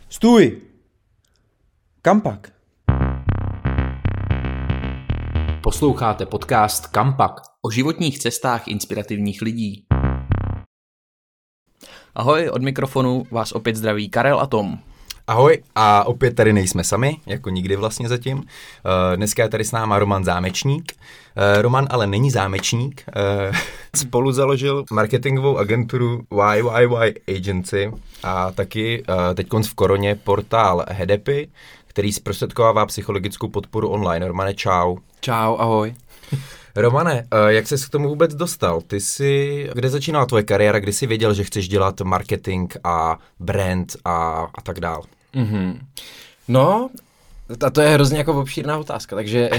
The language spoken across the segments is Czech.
Stůj! Kam pak? Posloucháte podcast Kampak o životních cestách inspirativních lidí. Ahoj, od mikrofonu vás opět zdraví Karel a Tom. Ahoj, a opět tady nejsme sami, jako nikdy vlastně zatím. Dneska je tady s náma Roman Zámečník. Roman ale není zámečník. Spolu založil marketingovou agenturu YYY Agency a taky teďkonc v koroně portál Hedepy, který zprostředkovává psychologickou podporu online. Romane, čau. Čau, ahoj. Romane, jak ses k tomu vůbec dostal? Kde začínala tvoje kariéra, kdy jsi věděl, že chceš dělat marketing a brand a tak dál? Mm-hmm. No, a to je hrozně jako obšírná otázka, takže...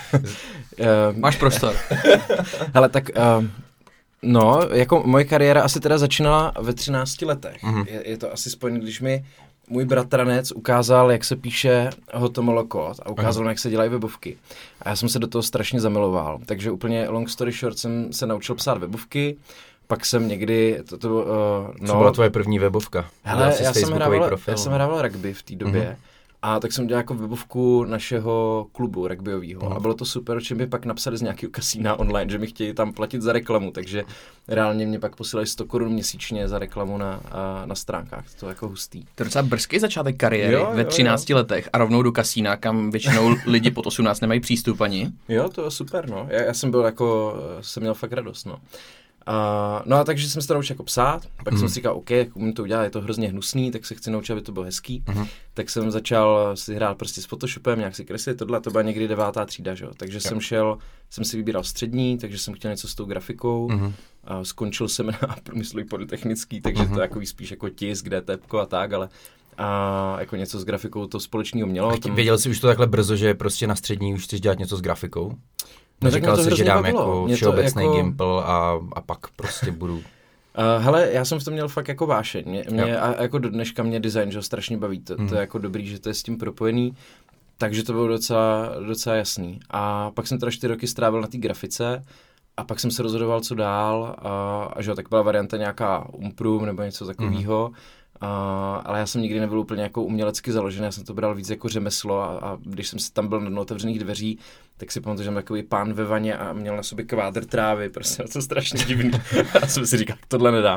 Máš prostor. Hele, tak... No, jako moje kariéra asi teda začínala ve 13 letech. Mm-hmm. Je to asi spojený, když mi můj bratranec ukázal, jak se píše HTML kód a ukázal mi, jak se dělají webovky. A já jsem se do toho strašně zamiloval. Takže úplně long story short jsem se naučil psát webovky. Pak jsem někdy... Co byla tvoje první webovka? Hele, já jsem hrával rugby v té době. Mm-hmm. A tak jsem dělal jako webovku našeho klubu rugbyového. A bylo to super, že mi pak napsali z nějakého kasína online, že mi chtějí tam platit za reklamu, takže reálně mě pak posílali 100 Kč měsíčně za reklamu na stránkách. To je jako hustý. To je docela brzký začátek kariéry ve 13 letech a rovnou do kasína, kam většinou lidi pod 18 nemají přístup ani. Jo, to je super, no. Já jsem měl fakt radost, no. No a takže jsem se to naučil jako psát, pak jsem si říkal, OK, jak umím to udělat, je to hrozně hnusný, tak se chci naučit, aby to bylo hezký. Tak jsem začal si hrát prostě s Photoshopem, nějak si kreslit, tohle, to byla někdy 9. třída, že jo. Takže jsem si vybíral střední, takže jsem chtěl něco s tou grafikou. Skončil jsem na průmyslový polytechnický, takže to jako spíš jako tisk, DTPko a tak, ale a jako něco s grafikou to společného mělo. Věděl jsi už to takhle brzo, že prostě na střední už chceš dělat něco s grafikou? No, říkal jsi, že dám bavilo. jako všeobecný jako... Gimple a pak prostě budu... Hele, já jsem v tom měl fakt jako vášeň. A jako do dneška mě design, že ho strašně baví. To je jako dobrý, že to je s tím propojený. Takže to bylo docela jasný. A pak jsem teda 4 roky strávil na té grafice a pak jsem se rozhodoval, co dál. A že tak byla varianta nějaká Umprum nebo něco takového. Ale já jsem nikdy nebyl úplně jako umělecky založený, já jsem to bral víc jako řemeslo a když jsem tam byl na otevřených dveří, tak si pamatuju, že mám takový pán ve vaně a měl na sobě kvádr trávy, prostě to strašně divný. Já jsem si říkal, tohle nedám.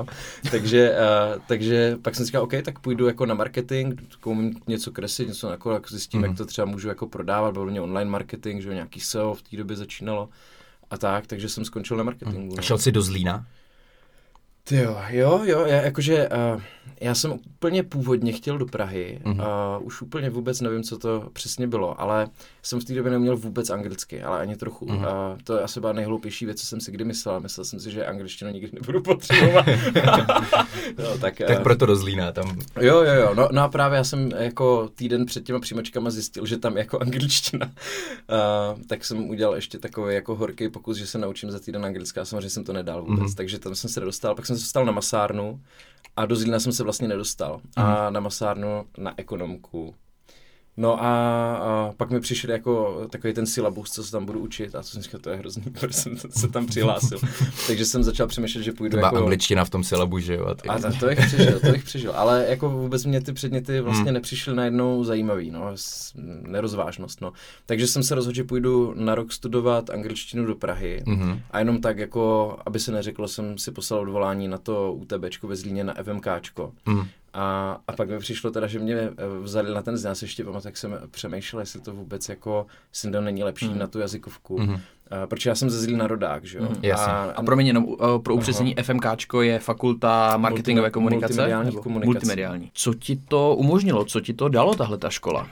Takže pak jsem si říkal, OK, tak půjdu jako na marketing, něco kreslit, něco jako zjistím, jak to třeba můžu jako prodávat, byl mě online marketing, že nějaký SEO v té době začínalo a tak, takže jsem skončil na marketingu. A šel jsi do Zlína? Jo, já jsem úplně původně chtěl do Prahy, už úplně vůbec nevím, co to přesně bylo, ale jsem v té době neuměl vůbec anglicky, ale ani trochu. To je asi byla nejhloupější věc, co jsem si kdy myslel. Myslel jsem si, že angličtinu nikdy nebudu potřebovat. Tak proto do Zlína tam. Jo, no a právě já jsem jako týden před těma přijímačkama zjistil, že tam je jako angličtina. Tak jsem udělal ještě takový jako horký pokus, že se naučím za týden anglicky, a samozřejmě jsem to nedal vůbec, takže tam jsem se nedostal. Pak jsem se dostal na masárnu a do Zlína jsem se vlastně nedostal. A na masárnu na ekonomku. No a pak mi přišel jako takový ten syllabus, co se tam budu učit a to jsem říkal, to je hrozný, protože jsem se tam přihlásil. Takže jsem začal přemýšlet, že půjdu jako... angličtina v tom syllabu, že jo? A to bych přežil, ale jako vůbec mě ty předměty vlastně nepřišly najednou zajímavý, no, nerozvážnost, no. Takže jsem se rozhodl, že půjdu na rok studovat angličtinu do Prahy a jenom tak jako, aby se neřeklo, jsem si poslal odvolání na to UTBčko ve Zlíně na FMKčko. A pak mi přišlo teda, že mě vzali na ten znáz, ještě pamatuju, jak jsem přemýšlel, jestli to vůbec jako syndrom není lepší na tu jazykovku. Protože já jsem ze Zlína rodák, že jo. A promiň, jenom pro upřesnění, FMKčko je fakulta marketingové komunikace? Multimediální. Co ti to umožnilo? Co ti to dalo, tahle ta škola?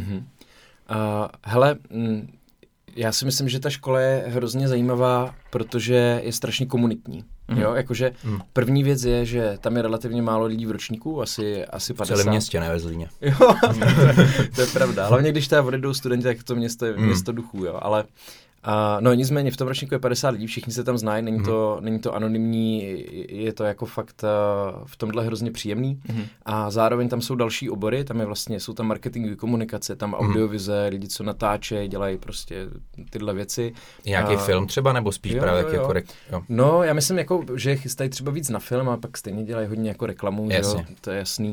Hele, já si myslím, že ta škola je hrozně zajímavá, protože je strašně komunitní. Jo, jakože první věc je, že tam je relativně málo lidí v ročníku, asi 50. V celém městě, ne ve Zlíně. Jo, to je pravda. Hlavně když tam odjedou studenti, tak to město je město duchů, jo, ale no nicméně v tom ročníku je 50 lidí, všichni se tam znají, není to anonymní, je to jako fakt v tomhle hrozně příjemný a zároveň tam jsou další obory, tam je vlastně, jsou tam marketingové komunikace, tam audiovize, lidi, co natáčejí, dělají prostě tyhle věci. Nějaký film třeba, nebo spíš právě jako jo. No, já myslím, jako, že chystají třeba víc na film a pak stejně dělají hodně jako reklamu, že jo, to je jasný.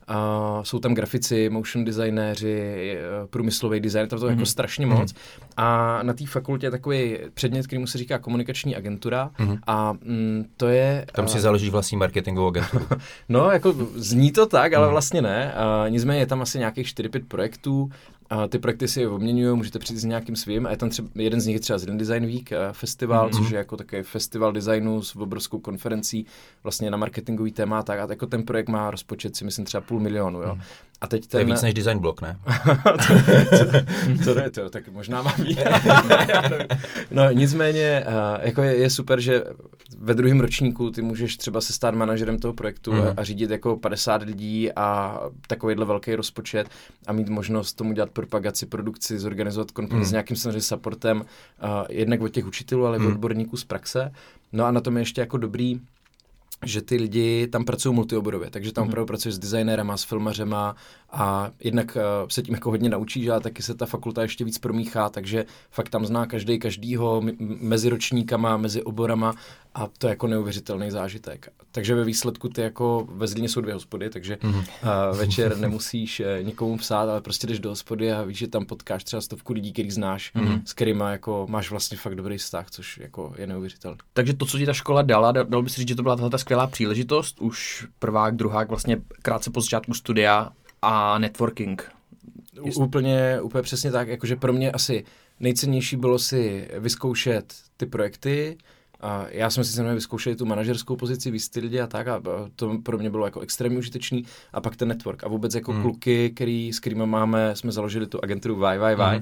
jsou tam grafici, motion designéři, průmyslový design, tam to jako strašně moc. A na té fakultě je takový předmět, kterýmu se říká komunikační agentura a to je... Tam si založíš vlastní marketingovou agenturu. No, jako zní to tak, ale vlastně ne. Nicméně je tam asi nějakých 4-5 projektů. Ty projekty si je obměňují, můžete přijít s nějakým svým a je tam třeba, jeden z nich je třeba Zlín Design Week festival, což je jako takový festival designu s obrovskou konferencí vlastně na marketingový témata a jako ten projekt má rozpočet si myslím třeba 500 000, jo. A teď to je víc než Design Block, ne? to ne, to tak možná mám jí. No nicméně jako je super, že ve druhém ročníku ty můžeš třeba se stát manažerem toho projektu a řídit jako 50 lidí a takovýhle velký rozpočet a mít možnost tomu dělat propagaci, produkci, zorganizovat konferenci s nějakým samozřejmě supportem, jednak od těch učitelů, ale i odborníků z praxe. No a na tom je ještě jako dobrý, že ty lidi tam pracují multioborově, takže tam opravdu pracuješ s designérama, s filmařema a jednak se tím jako hodně naučíš, ale taky se ta fakulta ještě víc promíchá, takže fakt tam zná každýho mezi ročníkama, mezi oborama a to je jako neuvěřitelný zážitek. Takže ve výsledku ty jako ve Zlíně jsou 2 hospody, takže večer nemusíš nikomu psát, ale prostě jdeš do hospody a víš, že tam potkáš třeba 100 lidí, který znáš, s kterýma jako máš vlastně fakt dobrý vztah, což jako je neuvěřitelné. Takže to, co ti ta škola dala, dalo by si říct, že to byla tahle skvělá příležitost, už prvák, druhák, vlastně krátce po začátku studia a networking. Úplně přesně tak, jakože pro mě asi nejcennější bylo si vyzkoušet ty projekty. A já jsem si samozřejmě vyzkoušel tu manažerskou pozici, víc ty lidi a tak a to pro mě bylo jako extrémně užitečný a pak ten network a vůbec jako kluky, s kterými jsme založili tu agenturu VY,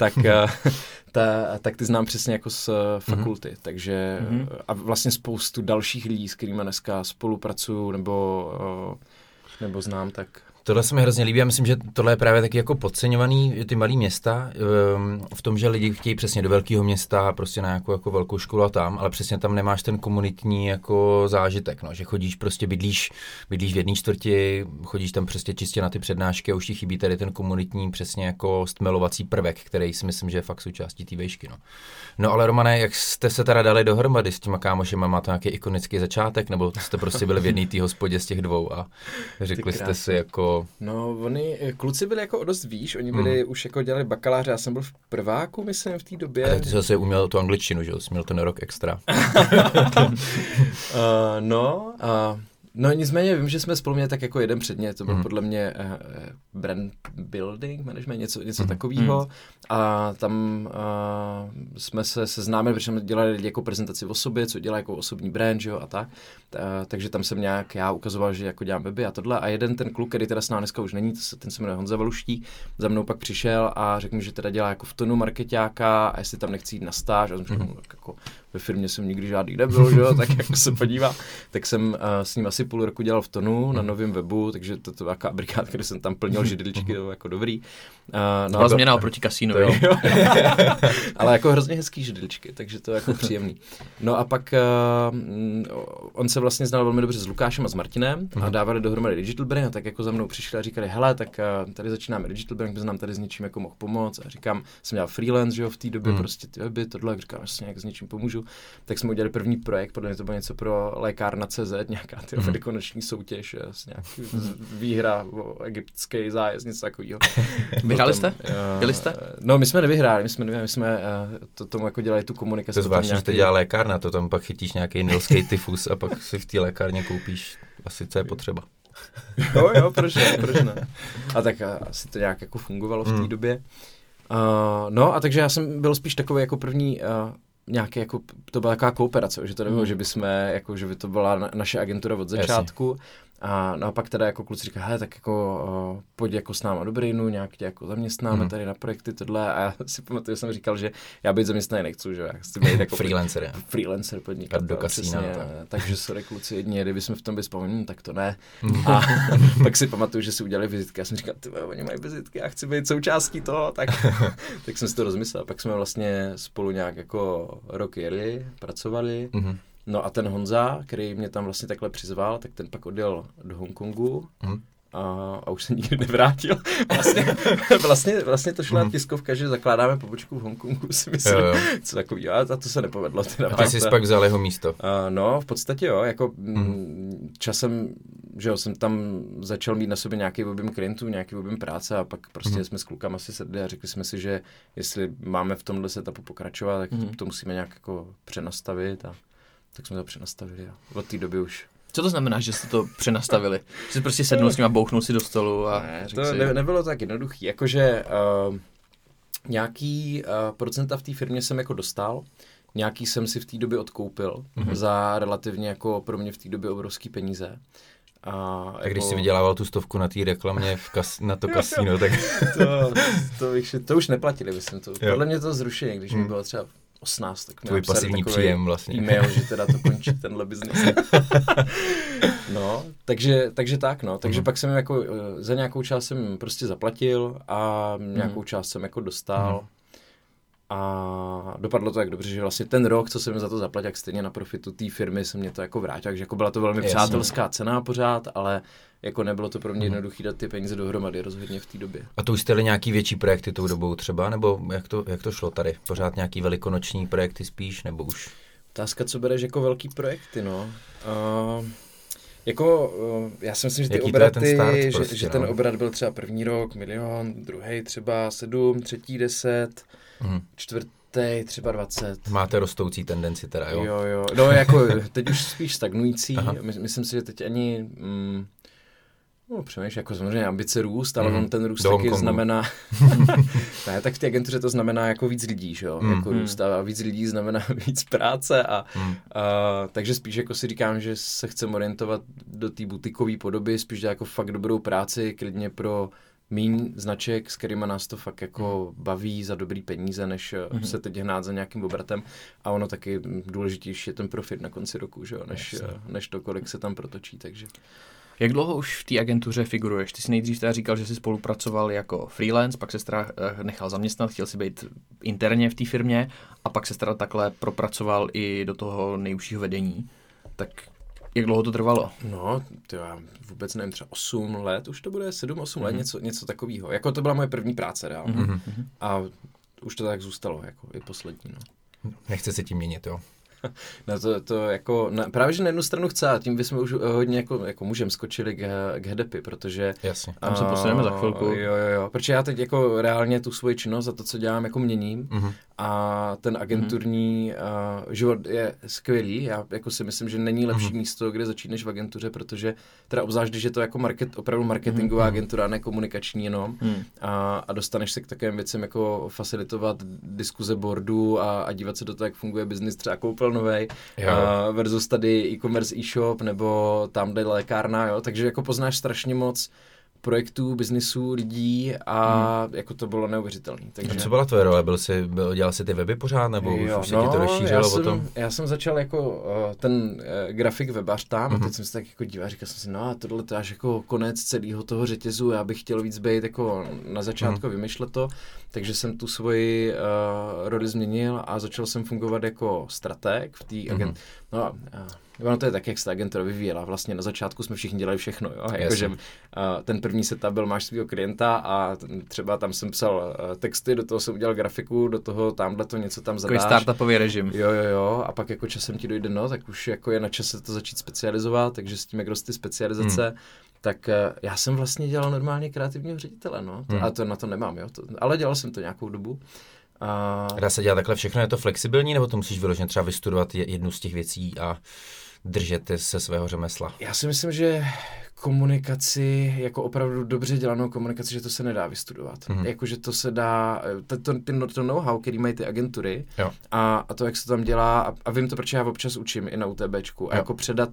tak ty znám přesně jako z fakulty, takže a vlastně spoustu dalších lidí, s kterými dneska spolupracuju nebo znám, tak... Tohle se mi hrozně líbí, já myslím, že tohle je právě taky jako podceňovaný, ty malý města, v tom, že lidi chtějí přesně do velkého města, prostě na nějakou jako velkou školu a tam, ale přesně tam nemáš ten komunitní jako zážitek, no, že chodíš prostě, bydlíš v jedné čtvrti, chodíš tam prostě čistě na ty přednášky a už ti chybí tady ten komunitní přesně jako stmelovací prvek, který si myslím, že je fakt součástí té vejšky, no. No ale Romane, jak jste se teda dali dohromady s těma kámošema, má to nějaký ikonický začátek, nebo jste prostě byli v jedné té hospodě z těch 2 a řekli jste si jako... No, kluci byli jako o dost výš, oni byli už jako dělali bakaláře, já jsem byl v prváku, myslím, v té době. A tak ty jsi zase uměl tu angličtinu, že jo, jsi měl ten rok extra. No nicméně vím, že jsme spolu měli tak jako jeden předmět, to byl podle mě brand building, management, něco takového a tam jsme se seznámili, protože jsme dělali jako prezentaci o sobě, co dělá jako osobní brand, jo, a tak. Takže tam jsem nějak já ukazoval, že jako dělám weby a tohle a jeden ten kluk, který teda s námi dneska už není, ten se jmenuje Honza Valuští, za mnou pak přišel a řekl mi, že teda dělá jako v Tonu markeťáka a jestli tam nechci jít na stáž a jsem řekl, jako ve firmě jsem nikdy žádný nebyl, že jo, tak jako se podívá, tak jsem s ním asi půl roku dělal v Tonu na novém webu, takže to byla taková brigád, kde jsem tam plnil židličky, to bylo jako dobrý. No, změna oproti kasínovi. Ale jako hrozně hezký židličky, takže to je jako příjemný. No a pak on se vlastně znal velmi dobře s Lukášem a s Martinem a dávali dohromady Digital Brain a tak jako za mnou přišli a říkali, hele, tak tady začínáme Digital Brain, bys nám tady s něčím jako mohl pomoct a říkám, jsem dělal freelance, že jo, v té době prostě ty weby, tohle, říkám, vlastně jak s něčím pomůžu. Tak jsme udělali první projekt, podle mě to bylo něco pro lékárna.cz, nějaká velikonoční soutěž, nějaký výhra o egyptský zájezd, něco takového. Vyhráli jste? Byli jste? No, my jsme nevyhráli, my jsme tomu jako dělali tu komunikaci. To zvláštní, že to dělá lékárna, to tam pak chytíš nějaký nilský tyfus a pak si v té lékárně koupíš asi, co je potřeba. Jo, proč ne? A tak asi to nějak jako fungovalo v té době. No a takže já jsem byl spíš takový jako první nějaký jako, to byla taková kooperace, že to nebylo, že by to byla naše agentura od začátku. A naopak teda jako kluci říká, hele, tak jako pojď jako s náma do Brainu, nějak tě jako zaměstnáme tady na projekty, tohle. A já si pamatuju, že jsem říkal, že já být zaměstnaný nechci, že já chci být jako freelancer podnikat. Do kasína. Takže sorry kluci, jedině, kdybychom v tom byli vzpomněli, tak to ne. A pak si pamatuju, že si udělali vizitky. Já jsem říkal, oni mají vizitky, já chci být součástí toho, tak jsem si to rozmyslel. Pak jsme vlastně spolu nějak jako rok jeli, pracovali. No a ten Honza, který mě tam vlastně takhle přizval, tak ten pak odjel do Hongkongu a už se nikdy nevrátil. Vlastně to šla tiskovka, že zakládáme pobočku v Hongkongu, si myslím, co takový, a to se nepovedlo. A ty jsi pak vzal jeho místo. No, v podstatě jo, jako časem že jo, jsem tam začal mít na sobě nějaký objem klientů, nějaký objem práce a pak prostě jsme s klukama si sedli a řekli jsme si, že jestli máme v tomhle setupu pokračovat, tak to musíme nějak jako přenastavit a tak jsme to přenastavili a od té doby už. Co to znamená, že jste to přenastavili? Že jsi prostě sednul s ním a bouchnul si do stolu a ne, to nebylo tak jednoduchý, jakože nějaký procenta v té firmě jsem jako dostal, nějaký jsem si v té době odkoupil za relativně jako pro mě v té době obrovský peníze. A jako... když jsi vydělával tu 100 na té reklamě na to kasíno, tak... to už neplatili, myslím to. Podle mě to zrušení, když mi bylo třeba 18, tak mi tvůj pasivní příjem vlastně. E-mail, že teda to končí tenhle biznis. No, takže tak, no. Takže pak jsem jako za nějakou část jsem prostě zaplatil a nějakou část jsem jako dostal. A dopadlo to tak dobře, že vlastně ten rok, co jsem za to zaplatil, jak stejně na profitu té firmy se mě to jako vrátil, takže jako byla to velmi přátelská cena pořád, ale jako nebylo to pro mě jednoduché dát ty peníze dohromady rozhodně v té době. A to už jste nějaký větší projekty tou dobou třeba, nebo jak to šlo tady? Pořád nějaký velikonoční projekty spíš, nebo už? Otázka, co bereš jako velký projekty, no. Já si myslím, že ty obraty, že ten obrat byl třeba první rok 1 milion, druhý třeba 7, třetí 10, čtvrtý třeba 20. Máte rostoucí tendenci teda, jo? Jo. No jako teď už spíš stagnující. Myslím si, že teď ani... přemýšlím, jako samozřejmě ambice růst, ale on ten růst taky znamená... ne, tak v té agentuře to znamená jako víc lidí, že jo? Jako růst a víc lidí znamená víc práce a takže spíš jako si říkám, že se chcem orientovat do té butikové podoby, spíš jako fakt dobrou práci, klidně pro míň značek, s kterýma nás to fakt jako baví za dobrý peníze, než se teď hnát za nějakým obratem. A ono taky důležitější je ten profit na konci roku, že jo? Než to, kolik se tam protočí, takže... Jak dlouho už v té agentuře figuruješ? Ty jsi nejdřív teda říkal, že jsi spolupracoval jako freelance, pak se teda nechal zaměstnat, chtěl si být interně v té firmě a pak se teda takhle propracoval i do toho nejužšího vedení. Tak jak dlouho to trvalo? No, to já vůbec nevím, třeba 8 let, už to bude 7-8 let, něco takového. Jako to byla moje první práce, reálně. A už to tak zůstalo, jako i poslední, no. Nechce se tím měnit, jo? No to jako, právě že na jednu stranu chce a tím bychom už hodně jako můžeme skočili k head-upy, protože... Jasně. Tam se posuneme za chvilku. Jo, protože já teď jako reálně tu svoji činnost a to, co dělám, jako měním a ten agenturní život je skvělý. Já jako si myslím, že není lepší místo, kde začíneš v agentuře, protože teda obzvlášť, když je to jako opravdu marketingová agentura, ne komunikační jenom a dostaneš se k takovým věcem jako facilitovat diskuze boardu a dívat se do toho, jak funguje biznis třeba koupelnovej versus tady e-commerce e-shop nebo tamhle lékárna, jo, takže jako poznáš strašně moc projektů, biznisů, lidí a jako to bylo neuvěřitelné. Takže... Co byla tvoje role? Dělal jsi ty weby pořád, nebo už se ti to rozšířilo o tom? Já jsem začal jako ten grafik webař tam a teď jsem se tak jako díval, říkal jsem si, no a tohle to až jako konec celého toho řetězu, já bych chtěl víc být jako na začátku vymýšlet to, takže jsem tu svoji roli změnil a začal jsem fungovat jako strateg v té ono to je tak, jak se ta agentura vyvíjela. Vlastně na začátku jsme všichni dělali všechno. Jo? Jakože ten první setup byl, máš svého klienta a třeba tam jsem psal texty, do toho jsem udělal grafiku, do toho tamhle to něco tam zadáš. Takový startupový režim. Jo. A pak jako časem ti dojde, tak už jako je na čase to začít specializovat, takže s tím, jak rosty specializace, tak já jsem vlastně dělal normálně kreativního ředitele, a to na to nemám, jo. Ale dělal jsem to nějakou dobu. Dá se dělat takhle všechno, je to flexibilní, nebo to musíš vyloženě třeba vystudovat jednu z těch věcí a držet se svého řemesla? Já si myslím, že komunikaci, jako opravdu dobře dělanou komunikaci, že to se nedá vystudovat. Jakože to se dá, to know-how, který mají ty agentury a to, jak se tam dělá, a vím to, proč já občas učím i na UTBčku, a jako předat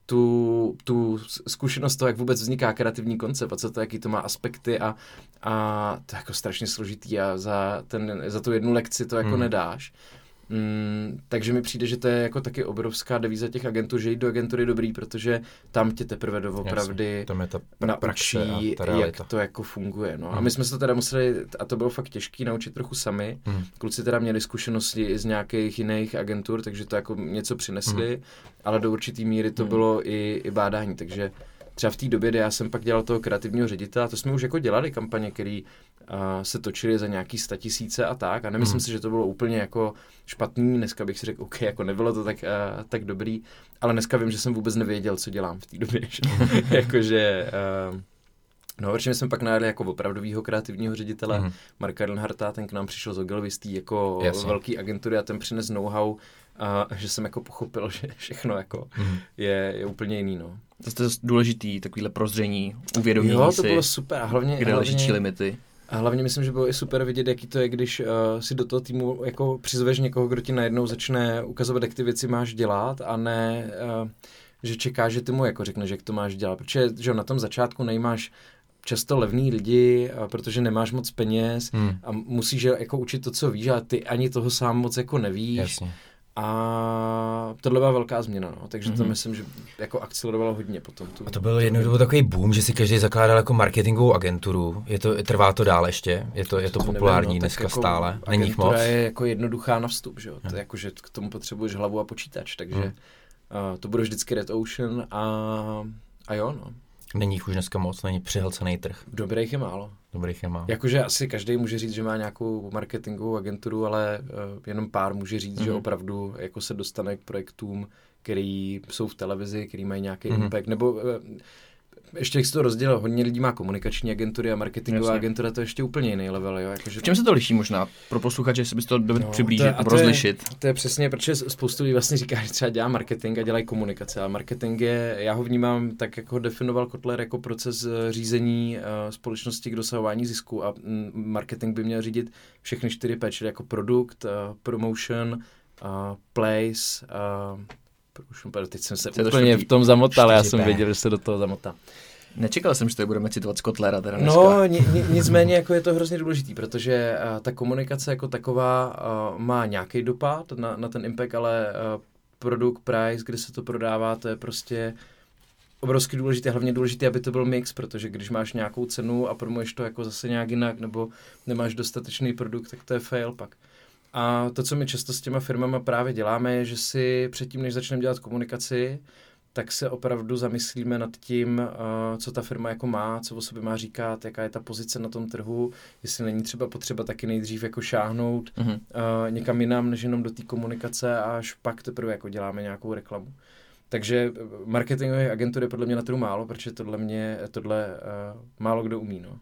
tu zkušenost toho, jak vůbec vzniká kreativní koncept a co to, jaký to má aspekty a to je jako strašně složitý a za tu jednu lekci to jako nedáš. Takže mi přijde, že to je jako taky obrovská devíza těch agentů, že jít do agentury dobrý, protože tam tě teprve doopravdy naučí, jak to jako funguje. No. A my jsme se to teda museli, a to bylo fakt těžký, naučit trochu sami. Kluci teda měli zkušenosti i z nějakých jiných agentur, takže to jako něco přinesli, ale do určitý míry to bylo i bádání, takže třeba v té době, kdy já jsem pak dělal toho kreativního ředitele, a to jsme už jako dělali kampaně, které se točily za nějaký 100 000 a tak, a nemyslím si, že to bylo úplně jako špatný, dneska bych si řekl, OK, jako nebylo to tak dobrý, ale dneska vím, že jsem vůbec nevěděl, co dělám v té době, jakože... No, protože jsme pak najeli jako opravdovýho kreativního ředitele Marka Lenharta, ten k nám přišel z Ogilvy, z té jako velký agentury a ten přines know-how, že jsem jako pochopil, že všechno jako je úplně jiný, no. To je důležitý, takovýhle prozření, uvědomění si. Jo, to bylo super a hlavně... Kde leží limity. A hlavně myslím, že bylo i super vidět, jaký to je, když si do toho týmu jako přizveš někoho, kdo ti najednou začne ukazovat, jak ty věci máš dělat a ne, že čeká, že ty mu jako řekneš, jak to máš dělat. Protože že na tom začátku nejmáš často levný lidi, protože nemáš moc peněz a musíš jako učit to, co víš, a ty ani toho sám moc jako nevíš. Jasně. A tohle byla velká změna, no. Takže to myslím, že jako akcelerovalo hodně potom. A to byl jednou dobu takový boom, že si každý zakládal jako marketingovou agenturu. Trvá to dál ještě? Je to populární nevím, dneska jako stále? Není jich moc? Agentura je jako jednoduchá na vstup, že jo? To je jako, že k tomu potřebuješ hlavu a počítač, takže to bude vždycky Red Ocean a jo, no. Není jich už dneska moc, není přihlcený trh. Dobrých je málo. Jakože asi každý může říct, že má nějakou marketingovou agenturu, ale jenom pár může říct, že opravdu jako se dostane k projektům, který jsou v televizi, který mají nějaký impact, nebo ještě jak se to rozdělilo, hodně lidí má komunikační agentury a marketingová agentura, to je ještě úplně jiný level, jo. Jakože... V čem se to liší možná pro posluchače, jestli bys to dovedl přiblížit, rozlišit? To je přesně, protože spoustu lidí vlastně říká, že třeba dělá marketing a dělají komunikace, ale marketing je, já ho vnímám tak, jako ho definoval Kotler jako proces řízení společnosti k dosahování zisku a marketing by měl řídit všechny 4P, čili jako produkt, promotion, place, teď jsem se úplně v tom zamotal, já jsem věděl, že se do toho zamotá. Nečekal jsem, že to budeme citovat z Kotlera teda dneska. No, nicméně jako je to hrozně důležitý, protože ta komunikace jako taková má nějaký dopad na ten impact, ale produkt, price, kde se to prodává, to je prostě obrovsky důležité, hlavně důležité, aby to byl mix, protože když máš nějakou cenu a promuješ to jako zase nějak jinak, nebo nemáš dostatečný produkt, tak to je fail pak. A to, co my často s těma firmama právě děláme, je, že si předtím, než začneme dělat komunikaci, tak se opravdu zamyslíme nad tím, co ta firma jako má, co o sobě má říkat, jaká je ta pozice na tom trhu, jestli není třeba potřeba taky nejdřív jako šáhnout někam jinam, než jenom do té komunikace a až pak teprve jako děláme nějakou reklamu. Takže marketingové agentury podle mě na trhu málo, protože tohle málo kdo umí. No.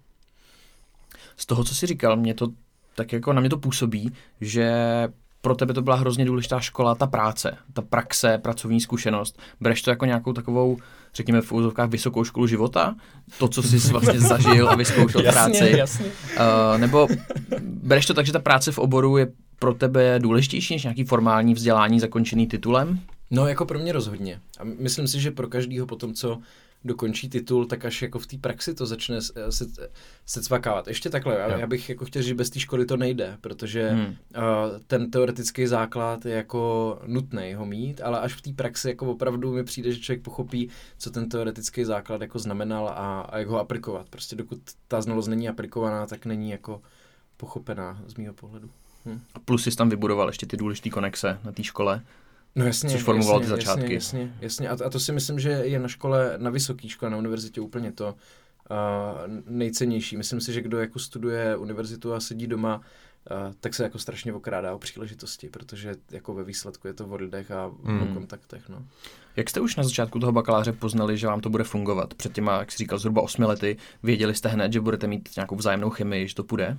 Z toho, co jsi říkal, tak jako na mě to působí, že pro tebe to byla hrozně důležitá škola, ta práce, ta praxe, pracovní zkušenost. Bereš to jako nějakou takovou, řekněme v úzovkách, vysokou školu života? To, co jsi vlastně zažil a vyzkoušel v práci? Jasně. Nebo bereš to tak, že ta práce v oboru je pro tebe důležitější než nějaký formální vzdělání zakončený titulem? No, jako pro mě rozhodně. A myslím si, že pro každýho potom, co dokončí titul, tak až jako v té praxi to začne se cvakávat. Ještě takhle, já bych jako chtěl říct, že bez té školy to nejde, protože ten teoretický základ je jako nutný ho mít, ale až v té praxi jako opravdu mi přijde, že člověk pochopí, co ten teoretický základ jako znamenal a jak ho aplikovat. Prostě dokud ta znalost není aplikovaná, tak není jako pochopená z mýho pohledu. A plus jsi tam vybudoval ještě ty důležité konexe na té škole. No jasně, což formoval ty začátky. Jasně. A to si myslím, že je na škole, na vysoké škole, na univerzitě úplně to nejcennější. Myslím si, že kdo jako studuje univerzitu a sedí doma, tak se jako strašně okrádá o příležitosti, protože jako ve výsledku je to o lidech a o kontaktech. No. Jak jste už na začátku toho bakaláře poznali, že vám to bude fungovat? Před těma, jak jsi říkal, zhruba 8 lety, věděli jste hned, že budete mít nějakou vzájemnou chemii, že to půjde?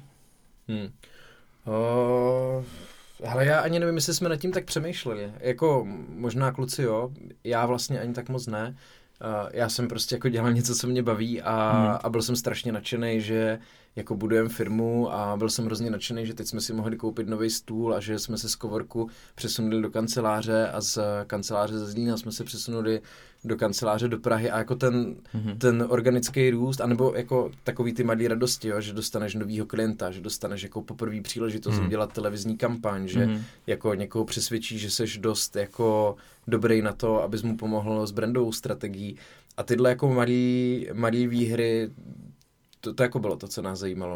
Hele, já ani nevím, jestli jsme nad tím tak přemýšleli. Jako možná kluci jo, já vlastně ani tak moc ne. Já jsem prostě jako dělal něco, co mě baví a byl jsem strašně nadšený, že jako budujeme firmu a byl jsem hrozně nadšený, že teď jsme si mohli koupit nový stůl a že jsme se z Coworku přesunuli do kanceláře a z kanceláře ze Zlína jsme se přesunuli do kanceláře do Prahy a jako ten organický růst, anebo jako takový ty malý radosti, jo, že dostaneš novýho klienta, že dostaneš jako poprvé příležitost udělat televizní kampaň, že jako někoho přesvědčí, že seš dost jako dobrý na to, abys mu pomohl s brandovou strategií a tyhle jako malý výhry, to jako bylo to, co nás zajímalo, no.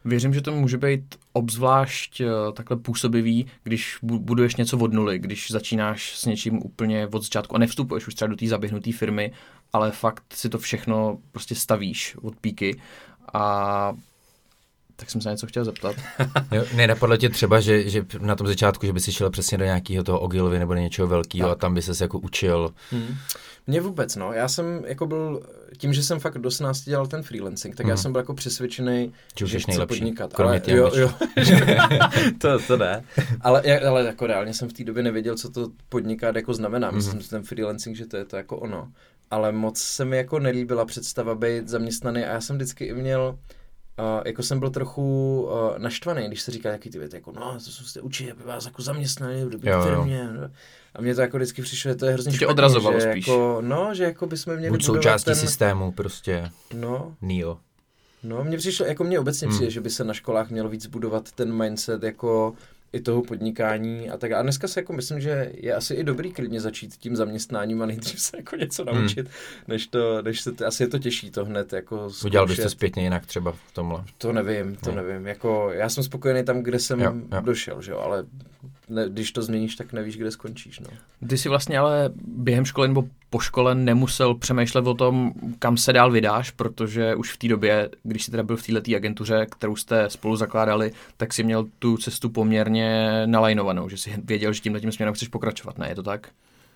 Věřím, že to může být obzvlášť takhle působivý, když buduješ něco od nuly, když začínáš s něčím úplně od začátku a nevstupuješ už třeba do té zaběhnuté firmy, ale fakt si to všechno prostě stavíš od píky. A tak jsem se něco chtěl zeptat. Jo, nenapadlo tě třeba, že na tom začátku, že by si šel přesně do nějakého toho Ogilvy nebo do něčeho velkého a tam by ses jako učil? Mně vůbec, no. Já jsem jako byl, tím, že jsem fakt do 18 dělal ten freelancing, tak já jsem byl jako přesvědčený, že chci podnikat. Kromě ale jo. to ne. Ale jako reálně jsem v té době nevěděl, co to podnikat jako znamená. Myslím, že ten freelancing, že to je to jako ono. Ale moc se mi jako nelíbila představa být zaměstnaný a já jsem vždycky i měl jako jsem byl trochu naštvaný, když se říká nějaký ty věty, jako no, to se učí, aby vás jako zaměstnali v dobré firmě. A mně to jako vždycky přišlo, že to je hrozně špatný. Odrazovalo že spíš. Jako, no, že jako bychom měli buď součástí systému prostě. No. Neo. No, mně přišlo, jako mně obecně přijde, že by se na školách mělo víc budovat ten mindset jako i toho podnikání a tak. A dneska se jako myslím, že je asi i dobrý klidně začít tím zaměstnáním a nejdřív se jako něco naučit, než se asi je to těžší to hned jako zkoušet. Udělal bys to zpětně jinak třeba v tomhle? To nevím. Jako já jsem spokojený tam, kde jsem došel, že jo, ale když to změníš, tak nevíš, kde skončíš, no. Ty si vlastně ale během školy nebo po škole nemusel přemýšlet o tom, kam se dál vydáš, protože už v té době, když jsi teda byl v této agentuře, kterou jste spolu zakládali, tak si měl tu cestu poměrně nalajnovanou, že jsi věděl, že tímhletím směrem chceš pokračovat, ne? Je to tak?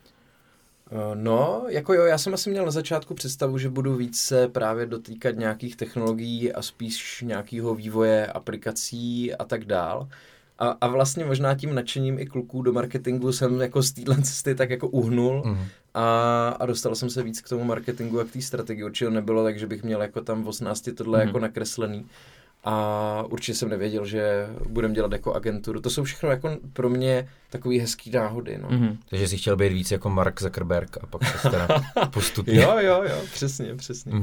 No, jako jo, já jsem asi měl na začátku představu, že budu víc se právě dotýkat nějakých technologií a spíš nějakého vývoje aplikací a tak dál. A vlastně možná tím nadšením i kluků do marketingu jsem jako z téhle cesty tak jako uhnul a dostal jsem se víc k tomu marketingu a k té strategii. Určitě nebylo tak, že bych měl jako tam v 18 tohle jako nakreslený. A určitě jsem nevěděl, že budem dělat jako agenturu. To jsou všechno jako pro mě takový hezký náhody. No. Takže jsi chtěl být víc jako Mark Zuckerberg a pak se teda postupně. Jo, přesně.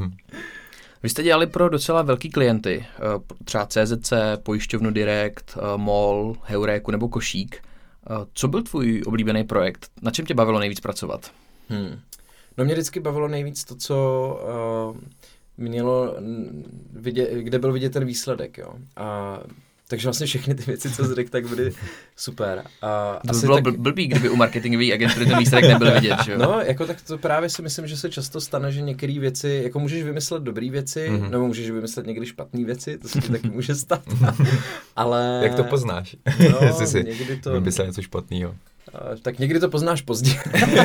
Vy jste dělali pro docela velký klienty, třeba CZC, Pojišťovnu Direct, MOL, Heuréku nebo Košík. Co byl tvůj oblíbený projekt? Na čem tě bavilo nejvíc pracovat? No mě vždycky bavilo nejvíc to, co mělo kde byl vidět ten výsledek, jo. Takže vlastně všechny ty věci, co jsi řekl, tak byly super. To by bylo blbý, kdyby u marketingové agentury ten výsledek nebyl vidět, že jo? No, jako tak to právě si myslím, že se často stane, že některé věci, jako můžeš vymyslet dobré věci, nebo můžeš vymyslet někdy špatné věci, to se ti taky může stát. Ale... Jak to poznáš? No, jestli si vymyslel něco špatného. Tak někdy to poznáš pozdě.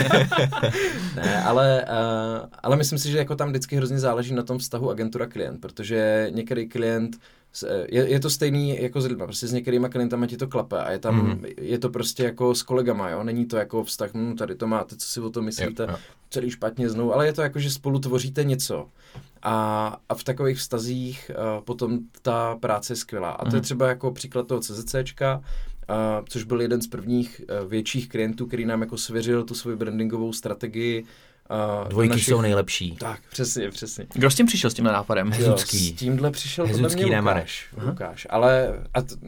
Ne, ale myslím si, že jako tam vždycky hrozně záleží na tom vztahu agentura-klient, protože některý klient je to stejný jako s lidma, prostě s některýma klientama ti to klape a je to prostě jako s kolegama, jo, není to jako vztah, tady to máte, co si o tom myslíte, celý špatně znovu, ale je to jako, že spolu tvoříte něco a v takových vztazích potom ta práce je skvělá a to je třeba jako příklad toho CZCčka, což byl jeden z prvních větších klientů, který nám jako svěřil tu svoji brandingovou strategii. Dvojky jsou nejlepší. Tak, přesně. Kdo s tím přišel, s tímhle nápadem? Hezutský. S tímhle přišel podle mě Lukáš. Ale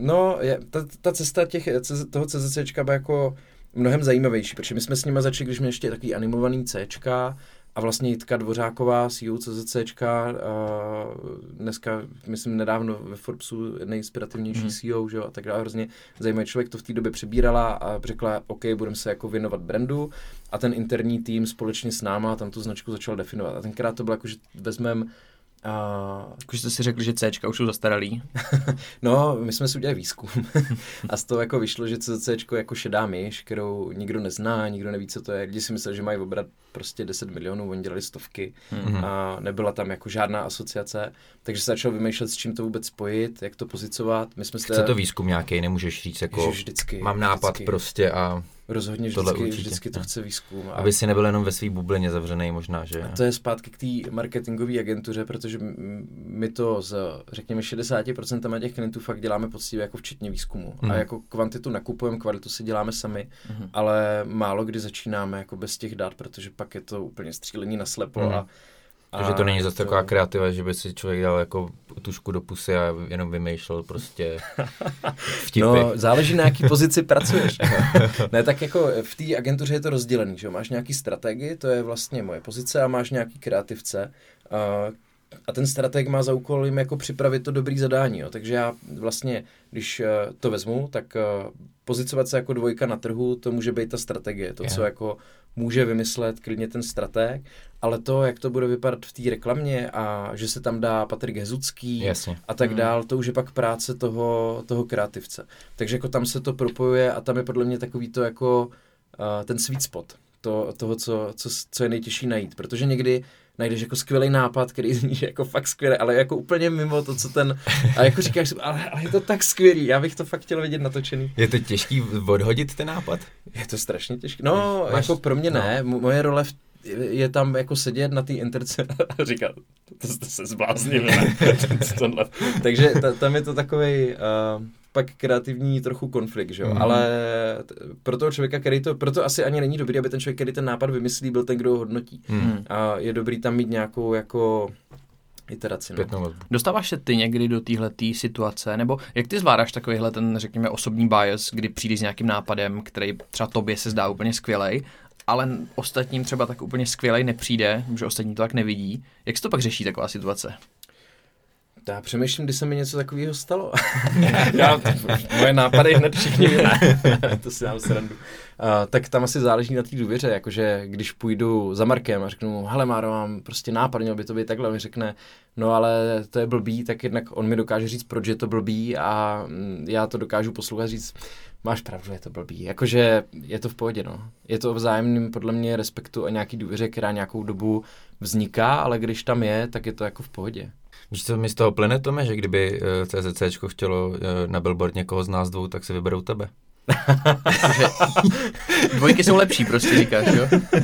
ta cesta toho CZCčka byla jako mnohem zajímavější, protože my jsme s nimi začali, když jsme ještě takový animovaný Cčka a vlastně Jitka Dvořáková, CEO CZCčka, dneska, myslím, nedávno ve Forbesu nejinspirativnější CEO, že jo, a tak dále, hrozně zajímavý člověk to v té době přebírala a řekla, OK, budeme se jako věnovat brandu a ten interní tým společně s náma tam tu značku začal definovat. A tenkrát to bylo jako, že vezmeme Jakože jste si řekli, že Cčka už jsou zastaralý. No, my jsme si udělali výzkum a z toho jako vyšlo, že Cčko jako šedá myš, kterou nikdo nezná, nikdo neví, co to je. Lidi si mysleli, že mají obrat prostě 10 milionů, oni dělali stovky a nebyla tam jako žádná asociace, takže se začal vymýšlet, s čím to vůbec spojit, jak to pozicovat. Chce to výzkum nějaký, nemůžeš říct jako vždycky, mám nápad prostě a rozhodně vždycky to chce výzkum. Aby si nebyl jenom ve své bublině zavřenej možná, že? A to je zpátky k té marketingové agentuře, protože my to řekněme 60% těch klientů fakt děláme poctivě jako včetně výzkumu. A jako kvantitu nakupujeme, kvalitu si děláme sami, ale málo kdy začínáme jako bez těch dat, protože pak je to úplně střílení na slepo Takže to není zase taková kreativa, že by si člověk dal jako tušku do pusy a jenom vymýšlel prostě vtipy. No, záleží na jaký pozici pracuješ. Ne, tak jako v té agentuře je to rozdělený, že máš nějaký strategii, to je vlastně moje pozice a máš nějaký kreativce, A ten strateg má za úkol jim jako připravit to dobrý zadání. Jo. Takže já vlastně, když to vezmu, tak pozicovat se jako dvojka na trhu, to může být ta strategie. To, co jako může vymyslet klidně ten strateg, ale to, jak to bude vypadat v té reklamě a že se tam dá Patrik Hezucký a tak dál, to už je pak práce toho kreativce. Takže jako tam se to propojuje a tam je podle mě takový to jako ten sweet spot toho, co je nejtěžší najít. Protože někdy najdeš jako skvělý nápad, který zní jako fakt skvělý, ale jako úplně mimo to, co ten... A jako říkáš, ale je to tak skvělý, já bych to fakt chtěl vidět natočený. Je to těžký odhodit ten nápad? Je to strašně těžké. No, jako pro mě ne. Moje role je tam jako sedět na té interce a říkat, to jste se zbláznili. Takže tam je to takovej... pak kreativní trochu konflikt, že jo, ale pro toho člověka, proto asi ani není dobrý, aby ten člověk, který ten nápad vymyslí, byl ten, kdo ho hodnotí. A je dobrý tam mít nějakou jako iteraci. No. Dostáváš se ty někdy do téhletý situace, nebo jak ty zvládáš takovýhle ten, řekněme, osobní bias, kdy přijdeš s nějakým nápadem, který třeba tobě se zdá úplně skvělej, ale ostatním třeba tak úplně skvělej nepřijde, že ostatní to tak nevidí. Jak se to pak řeší taková situace? Já přemýšlím, kdy se mi něco takového stalo. Moje nápady hned všichni víme. To si dám srandu. Tak tam asi záleží na té důvěře, jakože když půjdu za Markem a řeknu mu, hele Máro, mám prostě nápad, měl by to být takhle, on mi řekne, no ale to je blbý, tak jednak on mi dokáže říct, proč je to blbý a já to dokážu poslouchat říct, máš pravdu, je to blbý. Jakože je to v pohodě, no. Je to o vzájemném podle mě respektu a nějaký důvěře, která nějakou dobu vzniká, ale když tam je, tak je to jako v pohodě. Víš, co mi z toho plyne, Tome, že kdyby CZCčko chtělo na billboard někoho z nás dvou, tak si vyberou tebe. Dvojky jsou lepší, prostě říkáš, jo?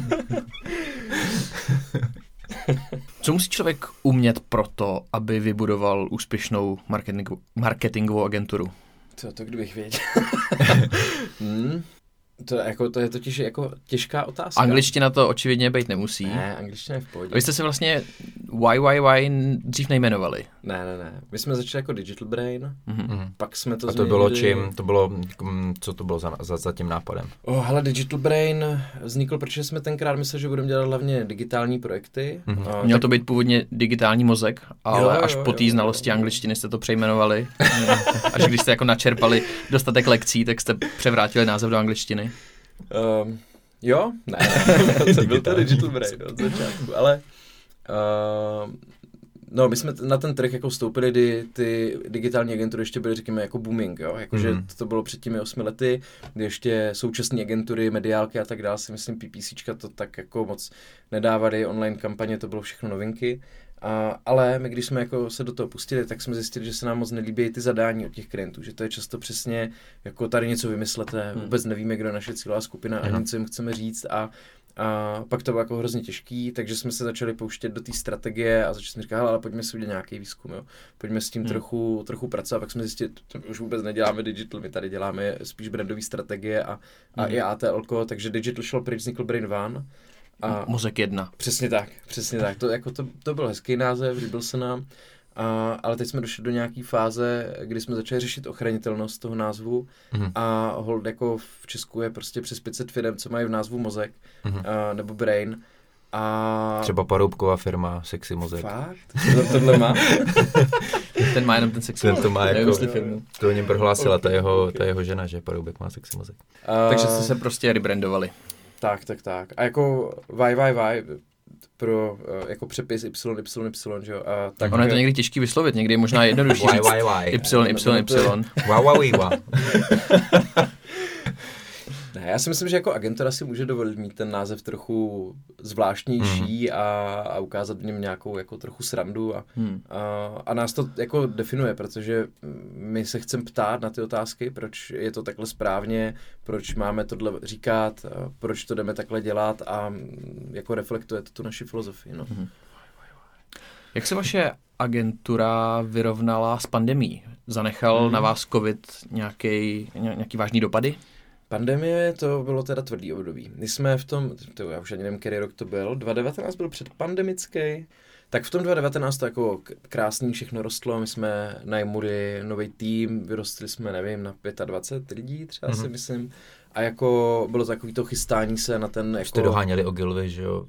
Co musí člověk umět proto, aby vybudoval úspěšnou marketingovou agenturu? To kdybych věděl. To je totiž jako těžká otázka. Angličtina to očividně být nemusí. Ne, angličtina je v pohodě. Vy jste se vlastně why dřív nejmenovali. Ne. My jsme začali jako Digital Brain, pak jsme to změnili. A to bylo čím? Co to bylo za tím nápadem? Hele, Digital Brain vznikl, protože jsme tenkrát mysleli, že budeme dělat hlavně digitální projekty. Měl to být původně digitální mozek, ale až po té znalosti angličtiny jste to přejmenovali. Až když jste jako načerpali dostatek lekcí, tak jste převrátili název do angličtiny. Jo? Ne. Byl to Digital Brain od začátku, ale no, my jsme na ten trh jako vstoupili, kdy ty digitální agentury ještě byly, řekněme, jako booming, jo? Jakože to bylo před těmi 8 lety, kdy ještě současné agentury, mediálky a tak dále, si myslím, PPCčka to tak jako moc nedávaly, online kampaně, to bylo všechno novinky. Ale my, když jsme jako se do toho pustili, tak jsme zjistili, že se nám moc nelíbí ty zadání od těch klientů, že to je často přesně, jako tady něco vymyslete, vůbec nevíme, kdo je naše cílová skupina, ani co jim chceme říct a pak to bylo jako hrozně těžký, takže jsme se začali pouštět do té strategie a začali jsme říkat, ale pojďme si udělat nějaký výzkum, jo. Pojďme s tím trochu pracovat, pak jsme zjistili, že už vůbec neděláme digital, my tady děláme spíš brandové strategie a i ATL, takže digital šel pryč, vznikl Brain One. Mozek 1. Přesně tak. To byl hezký název, líbil se nám, ale teď jsme došli do nějaký fáze, kdy jsme začali řešit ochranitelnost toho názvu a hold jako v Česku je prostě přes 500 firm, co mají v názvu Mozek nebo Brain. Třeba Paroubková firma, Sexy Mozek. Fakt? Tohle má? Ten má jenom ten Sexy Mozek. Ten to má jako, to o něm prohlásila ta jeho žena, že Paroubek má Sexy Mozek. Takže jste se prostě rebrandovali. Tak. A jako why, pro jako přepis Y, že jo. Tak ono je to někdy těžký vyslovit, někdy je možná jednodušší říct Y. Wow. Ne, já si myslím, že jako agentura si může dovolit mít ten název trochu zvláštnější a ukázat v něm nějakou jako trochu srandu a nás to jako definuje, protože my se chceme ptát na ty otázky, proč je to takhle správně, proč máme tohle říkat, proč to jdeme takhle dělat a jako reflektuje to tu naši filozofii. No. Jak se vaše agentura vyrovnala s pandemií? Zanechal na vás covid nějaký vážný dopady? Pandemie, to bylo teda tvrdý období. My jsme v tom, já už ani nevím, který rok to byl, 2019 byl předpandemický, Tak v tom 2019 to jako krásný, všechno rostlo, my jsme najmuli nový tým, vyrostli jsme, nevím, na 25 lidí třeba si myslím. A jako bylo takový to chystání se na ten jako... Jste doháněli Ogilvy, že jo?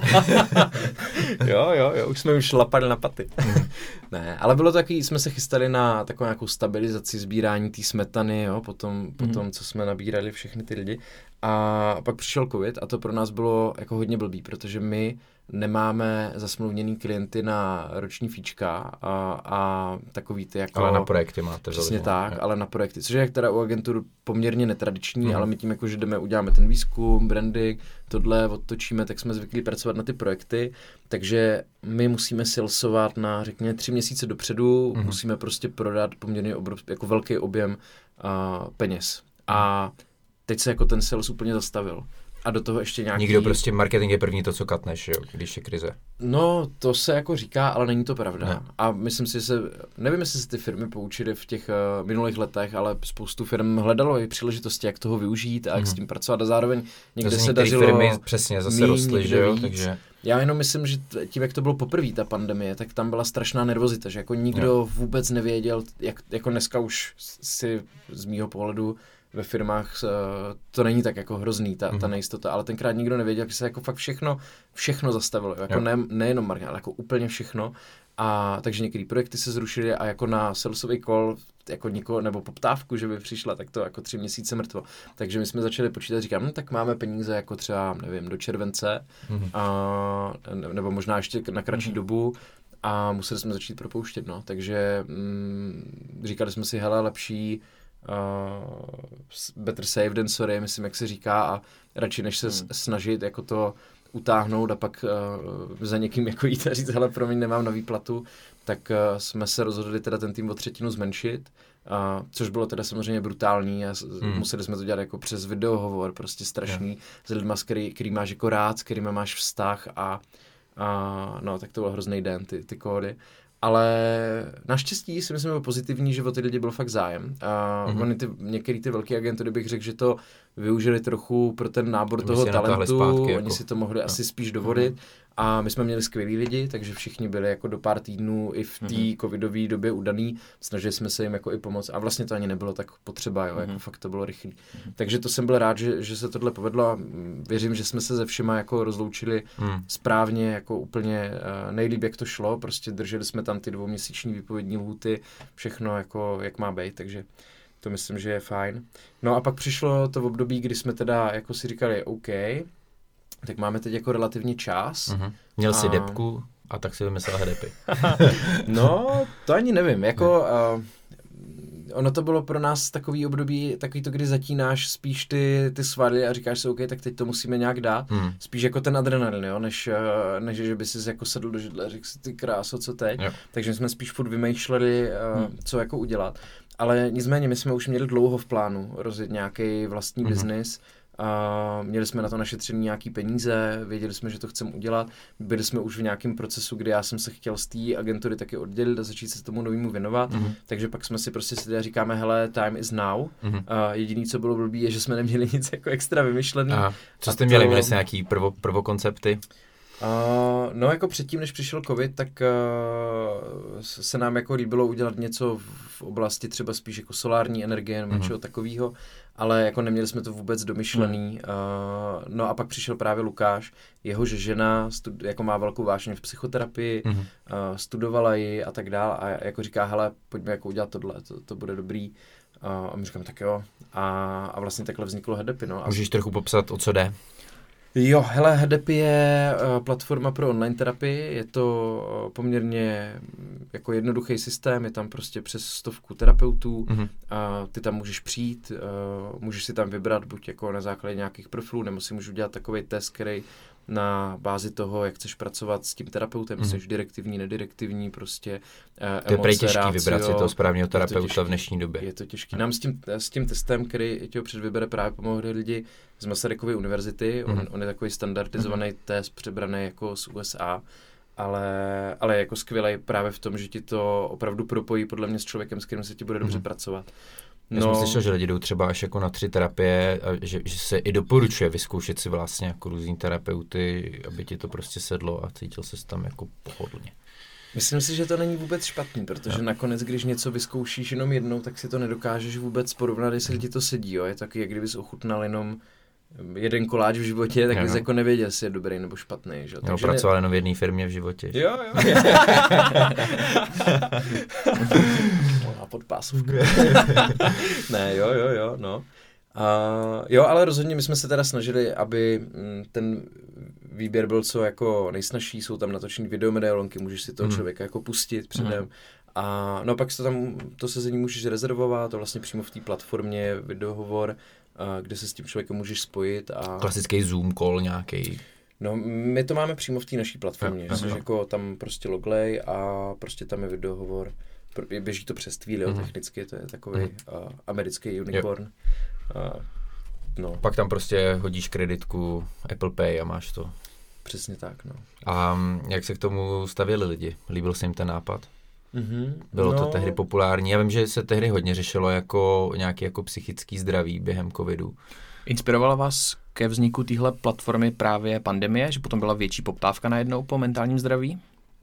jo, už jsme jim šlapali na paty. Ne, ale bylo to takový, jsme se chystali na takovou nějakou stabilizaci, sbírání té smetany, jo, potom, co jsme nabírali všechny ty lidi. A pak přišel covid a to pro nás bylo jako hodně blbý, protože my nemáme zasmluvněný klienty na roční fíčka a takový ty jako... Ale na projekty máte. Přesně tak, ale na projekty, což je teda u agentur poměrně netradiční, ale my tím jako, že jdeme, uděláme ten výzkum, branding, tohle odtočíme, tak jsme zvyklí pracovat na ty projekty, takže my musíme salesovat na, řekněme, 3 měsíce dopředu, musíme prostě prodat poměrně jako velký objem peněz. A teď se jako ten sales úplně zastavil. A do toho ještě nějaký... Nikdo prostě, marketing je první to, co katneš, jo, když je krize. No, to se jako říká, ale není to pravda. Ne. A myslím si, nevím, jestli se ty firmy poučily v těch minulých letech, ale spoustu firm hledalo i příležitosti, jak toho využít a jak s tím pracovat a zároveň někde se dařilo firmy přesně zase rostly, že jo, takže... Já jenom myslím, že tím, jak to bylo poprvé ta pandemie, tak tam byla strašná nervozita, že jako nikdo vůbec nevěděl, jak jako dneska už si z mýho pohledu ve firmách to není tak jako hrozný, ta nejistota, ale tenkrát nikdo nevěděl, jak se jako fakt všechno zastavilo, jako nejenom marketing, ale jako úplně všechno. A takže některé projekty se zrušily a jako na salesový call jako nikoho, nebo poptávku, že by přišla, tak to jako 3 měsíce mrtvo. Takže my jsme začali počítat, říkám, tak máme peníze jako třeba, nevím, do července, nebo možná ještě na kratší dobu a museli jsme začít propouštět, no. Takže říkali jsme si, hele, lepší better safe than sorry, myslím, jak se říká, a radši než se snažit jako to utáhnout a pak za někým jako jít a říct, hele, promiň, nemám na výplatu, tak jsme se rozhodli teda ten tým o 1/3 zmenšit, což bylo teda samozřejmě brutální a museli jsme to dělat jako přes videohovor, prostě strašný, s lidma, který máš jako rád, s kterými máš vztah a no, tak to byl hrozný den, ty kódy. Ale naštěstí si myslím, že pozitivní, že o ty lidi byl fakt zájem. Některé ty velké agentury bych řekl, že to využili trochu pro ten nábor toho talentu, zpátky, oni si to mohli asi spíš dovolit. A my jsme měli skvělý lidi, takže všichni byli jako do pár týdnů i v té covidové době udaný. Snažili jsme se jim jako i pomoct a vlastně to ani nebylo tak potřeba, jo, jako fakt to bylo rychlý. Takže to jsem byl rád, že se tohle povedlo a věřím, že jsme se se všema jako rozloučili správně, jako úplně nejlíp, jak to šlo. Prostě drželi jsme tam ty 2měsíční výpovědní lhůty, všechno jako jak má být, takže to myslím, že je fajn. No a pak přišlo to v období, kdy jsme teda jako si říkali, OK, tak máme teď jako relativně čas. Měl jsi depku a tak si vymyslel hedepy. No, to ani nevím. Jako, ono to bylo pro nás takový období, takový to, kdy zatínáš spíš ty svaly a říkáš si, OK, tak teď to musíme nějak dát. Spíš jako ten adrenalin, jo, než že by si jako sedl do židle a řekl si, ty kráso, co teď. Jo. Takže jsme spíš furt vymýšleli, co jako udělat. Ale nicméně my jsme už měli dlouho v plánu rozjet nějaký vlastní biznis. Měli jsme na to našetřený nějaký peníze, věděli jsme, že to chceme udělat, byli jsme už v nějakém procesu, kdy já jsem se chtěl z té agentury taky oddělit a začít se tomu novému věnovat, takže pak jsme si prostě si říkáme, hele, time is now. Jediný, co bylo blbý, je, že jsme neměli nic jako extra vymyšlený. Co jste měli? Měli jste nějaký prvokoncepty? No jako předtím, než přišel covid, tak se nám jako líbilo udělat něco v oblasti třeba spíš jako solární energie nebo něčeho takového, ale jako neměli jsme to vůbec domyšlený. No a pak přišel právě Lukáš, jehož žena jako má velkou vášeň v psychoterapii, studovala ji a tak dál a jako říká, hele, pojďme jako udělat tohle, to bude dobrý. A my říkáme, tak jo. A vlastně takhle vzniklo Hedepy. No. Můžeš trochu popsat, o co jde? Jo, hele, Hedepy je platforma pro online terapii, je to poměrně jako jednoduchý systém, je tam prostě přes 100 terapeutů, a ty tam můžeš přijít, můžeš si tam vybrat buď jako na základě nějakých profilů, nebo si můžu udělat takový test, který na bázi toho, jak chceš pracovat s tím terapeutem, jsi direktivní, nedirektivní, prostě to je prej těžký vybrat si toho správného terapeuta v dnešní době. Je to těžký. Nám s tím testem, který tě ho předvybere, právě pomohli lidi z Masarykovy univerzity, on je takový standardizovaný test přebraný jako z USA, ale jako skvělej právě v tom, že ti to opravdu propojí podle mě s člověkem, s kterým se ti bude dobře pracovat. Já jsem slyšel, že lidi jdou třeba až jako na 3 terapie, že se i doporučuje vyzkoušet si vlastně jako různý terapeuty, aby ti to prostě sedlo a cítil ses tam jako pohodlně. Myslím si, že to není vůbec špatný, protože nakonec, když něco vyzkoušíš jenom jednou, tak si to nedokážeš vůbec porovnat, jestli ti to sedí, jo. Je taky, jak kdybys ochutnal jenom jeden koláč v životě, tak bys jako nevěděl, jestli je dobrý nebo špatný, že jo. Takže pracoval jenom v jedné firmě v životě. Jo. Podpásovka. Ne, jo, no. Jo, ale rozhodně my jsme se teda snažili, aby ten výběr byl co jako nejsnažší, jsou tam natočený videomedailonky, můžeš si toho člověka jako pustit předem. A no pak to sezení můžeš rezervovat, to vlastně přímo v té platformě videohovor, kde se s tím člověkem můžeš spojit. A klasický Zoom call nějaký. No, my to máme přímo v té naší platformě, že jako tam prostě loglej a prostě tam je videohovor. Běží to přes Twilio technicky, to je takový americký unicorn. No. Pak tam prostě hodíš kreditku Apple Pay a máš to. Přesně tak, no. A jak se k tomu stavěli lidi? Líbil se jim ten nápad? Bylo to tehdy populární. Já vím, že se tehdy hodně řešilo jako nějaký jako psychický zdraví během covidu. Inspirovala vás ke vzniku téhle platformy právě pandemie, že potom byla větší poptávka najednou po mentálním zdraví?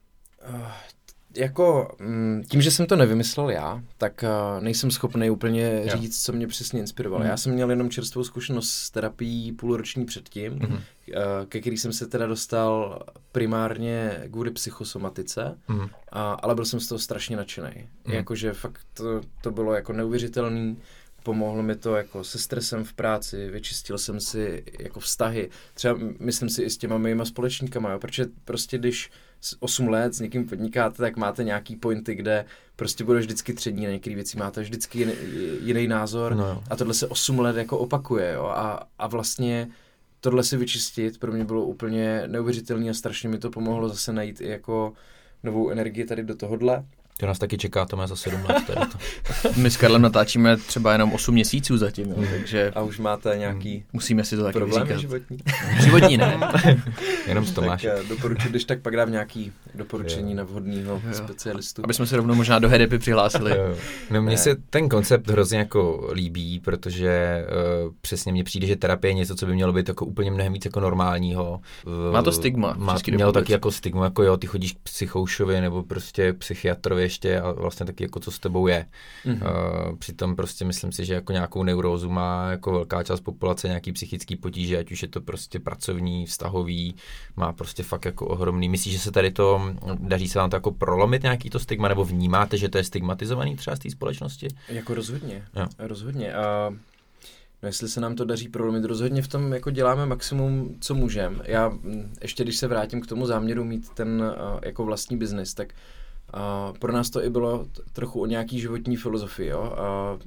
Jako tím, že jsem to nevymyslel já, tak nejsem schopný úplně říct, co mě přesně inspirovalo. Já jsem měl jenom čerstvou zkušenost s terapií půlroční předtím, ke který jsem se teda dostal primárně kvůli psychosomatice, ale byl jsem z toho strašně nadšený. Jakože fakt to bylo jako neuvěřitelný. Pomohlo mi to jako se stresem v práci, vyčistil jsem si jako vztahy, třeba myslím si i s těma mýma společníkama, jo? Protože prostě když 8 let s někým podnikáte, tak máte nějaký pointy, kde prostě budeš vždycky třetí, na některé věci máte vždycky jiný názor a tohle se 8 let jako opakuje, jo? A vlastně tohle si vyčistit pro mě bylo úplně neuvěřitelné a strašně mi to pomohlo zase najít i jako novou energii tady do tohodle. To nás taky čeká, to má za 7 let. Tady to. My s Karlem natáčíme třeba jenom 8 měsíců zatím, jo, takže... A už máte nějaký musíme si to taky problémy říkat. životní? Životní ne. Jenom to máš. Tak doporučuji, když tak pak dám nějaký doporučení na vhodného specialistu. Aby jsme se rovnou možná do Hedepy přihlásili. No mně se ten koncept hrozně jako líbí, protože přesně mně přijde, že terapie je něco, co by mělo být jako úplně mnohem víc jako normálního. Má to stigma. Mělo taky jako stigma, jako jo, ty chodíš k psychoušovi nebo prostě psychiatrovi ještě a vlastně taky jako co s tebou je. Přitom prostě myslím si, že jako nějakou neurózu má jako velká část populace nějaký psychický potíže, ať už je to prostě pracovní, vztahový, má prostě fakt jako ohromný. Myslíš, že se tady to, daří se vám to jako prolomit nějaký to stigma, nebo vnímáte, že to je stigmatizovaný třeba z té společnosti? Jako rozhodně. No jestli se nám to daří prolomit, rozhodně v tom jako děláme maximum, co můžeme. Já ještě, když se vrátím k tomu záměru mít ten jako vlastní biznis, tak pro nás to i bylo trochu o nějaký životní filozofii. Jo?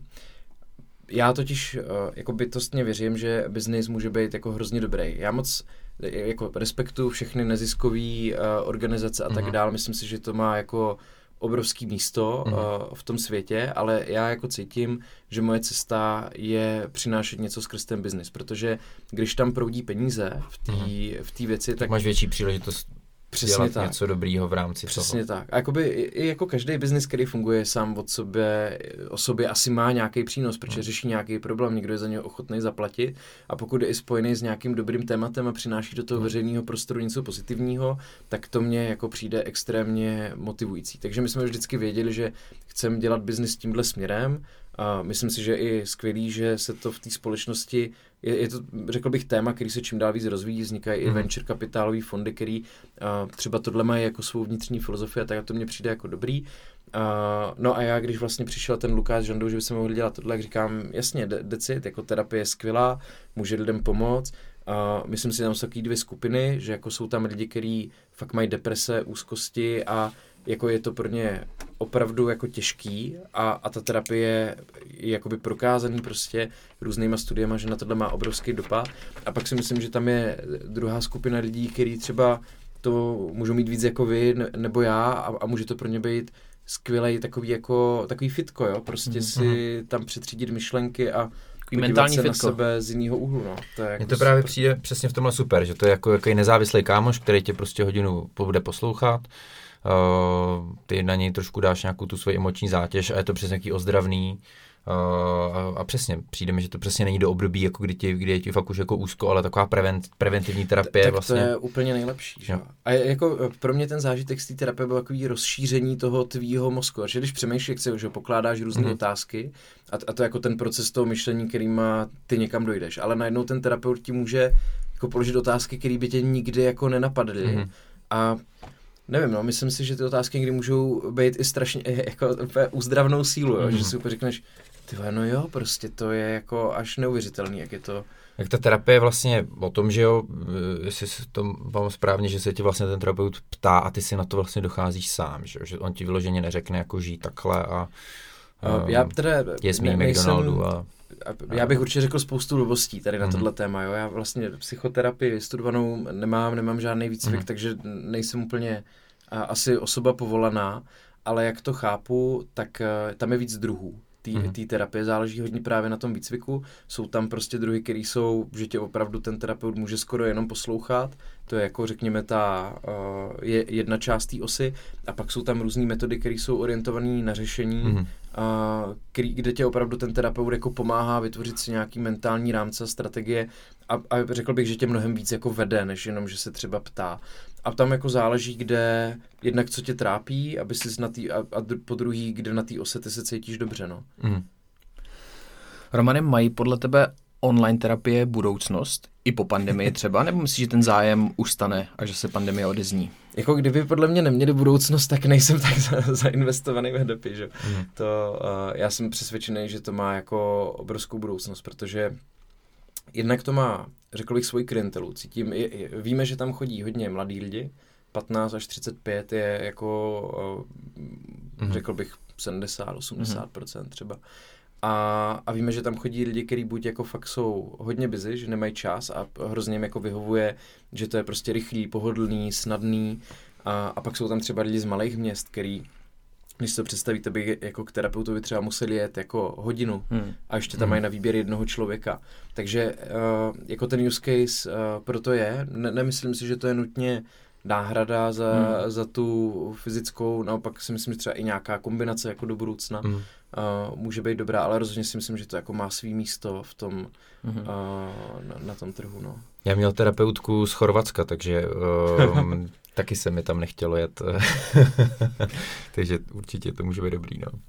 Já totiž jako bytostně věřím, že biznis může být jako hrozně dobrý. Já moc jako respektuju všechny neziskové organizace a tak dále. Myslím si, že to má jako obrovský místo v tom světě, ale já jako cítím, že moje cesta je přinášet něco skrz ten biznis, protože když tam proudí peníze v té věci, tak máš větší příležitost dělat něco dobrýho v rámci Přesně tak. A i jako každý biznis, který funguje sám o sobě asi má nějaký přínos, protože řeší nějaký problém, někdo je za něj ochotný zaplatit a pokud je i spojený s nějakým dobrým tématem a přináší do toho veřejného prostoru něco pozitivního, tak to mě jako přijde extrémně motivující. Takže my jsme vždycky věděli, že chceme dělat biznis tímhle směrem. A myslím si, že je i skvělý, že se to v té společnosti, je to, řekl bych, téma, který se čím dál víc rozvíjí, vznikají i venture kapitálové fondy, který třeba tohle mají jako svou vnitřní filozofii a tak to mně přijde jako dobrý. No a já, když vlastně přišel ten Lukáš Žandou, že by se mohli dělat tohle, jak říkám, jasně, decid, jako terapie je skvělá, může lidem pomoct. Myslím si, že tam jsou takové 2 skupiny, že jako jsou tam lidi, kteří fakt mají deprese, úzkosti a jako je to pro ně opravdu jako těžký a ta terapie je jakoby prokázaný prostě různýma studiema, že na tohle má obrovský dopad. A pak si myslím, že tam je druhá skupina lidí, kteří třeba to můžou mít víc jako vy nebo já a může to pro ně být skvělej takový fitko, jo, prostě si tam přetřídit myšlenky a podívat se na sebe z jiného úhlu, no. Mně to právě přijde přesně v tomhle super, že to je jako nezávislý kámoš, který tě prostě hodinu bude poslouchat, ty na něj trošku dáš nějakou tu svoji emoční zátěž a je to přesně nějaký ozdravný, A přesně, přijde mi, že to přesně není do období, jako kdy je ti fakt už jako úzko, ale taková preventivní terapie tak vlastně. to je úplně nejlepší. Že? A jako pro mě ten zážitek z té terapie byl takový rozšíření toho tvýho mozku. Že když přemýšlíš, že pokládáš různé otázky a to jako ten proces toho myšlení, kterýma ty někam dojdeš. Ale najednou ten terapeut ti může jako položit otázky, které by tě nikdy jako nenapadly. A nevím, no, myslím si, že ty otázky někdy můžou být i strašně jako úzdravnou sílu, jo? Že si úplně řekneš, tyhle, no jo, prostě to je jako až neuvěřitelný, jak je to. Jak ta terapie je vlastně o tom, že jo, jestli si to mám správně, že se ti vlastně ten terapeut ptá a ty si na to vlastně docházíš sám, že on ti vyloženě neřekne, jako žij takhle a já teda je smí McDonaldu a já bych určitě řekl spoustu blbostí tady na tohle téma, jo. Já vlastně psychoterapii studovanou nemám žádný výcvik, takže nejsem úplně asi osoba povolaná, ale jak to chápu, tak tam je víc druhů. Té terapie záleží hodně právě na tom výcviku. Jsou tam prostě druhy, které jsou, že tě opravdu ten terapeut může skoro jenom poslouchat. To je jako řekněme je jedna část té osy. A pak jsou tam různé metody, které jsou orientované na řešení, kde tě opravdu ten terapeut jako pomáhá vytvořit si nějaký mentální rámce, strategie a řekl bych, že tě mnohem víc jako vede, než jenom, že se třeba ptá. A tam jako záleží, kde jednak co tě trápí, aby si po druhý, kde na té ose ty se cítíš dobře, no. Romane, mají podle tebe online terapie budoucnost i po pandemii třeba, nebo myslíš, že ten zájem ustane a že se pandemie odezní? Jako kdyby podle mě neměli budoucnost, tak nejsem tak zainvestovaný v HDP, že? Já jsem přesvědčený, že to má jako obrovskou budoucnost, protože jednak to má, řekl bych, svoji klientelu. Víme, že tam chodí hodně mladí lidi, 15 až 35 je jako, řekl bych, 70-80% třeba. A víme, že tam chodí lidi, kteří buď jako fakt jsou hodně busy, že nemají čas a hrozně jim jako vyhovuje, že to je prostě rychlý, pohodlný, snadný. A pak jsou tam třeba lidi z malých měst, který, když si to představíte, by jako k terapeutovi třeba museli jet jako hodinu a ještě tam mají na výběr jednoho člověka. Takže jako ten use case proto je. Nemyslím si, že to je nutně náhrada za tu fyzickou, naopak si myslím, že třeba i nějaká kombinace jako do budoucna může být dobrá, ale rozhodně si myslím, že to jako má svý místo v tom, na tom trhu. No. Já měl terapeutku z Chorvatska, takže taky se mi tam nechtělo jet, takže určitě to může být dobrý. No.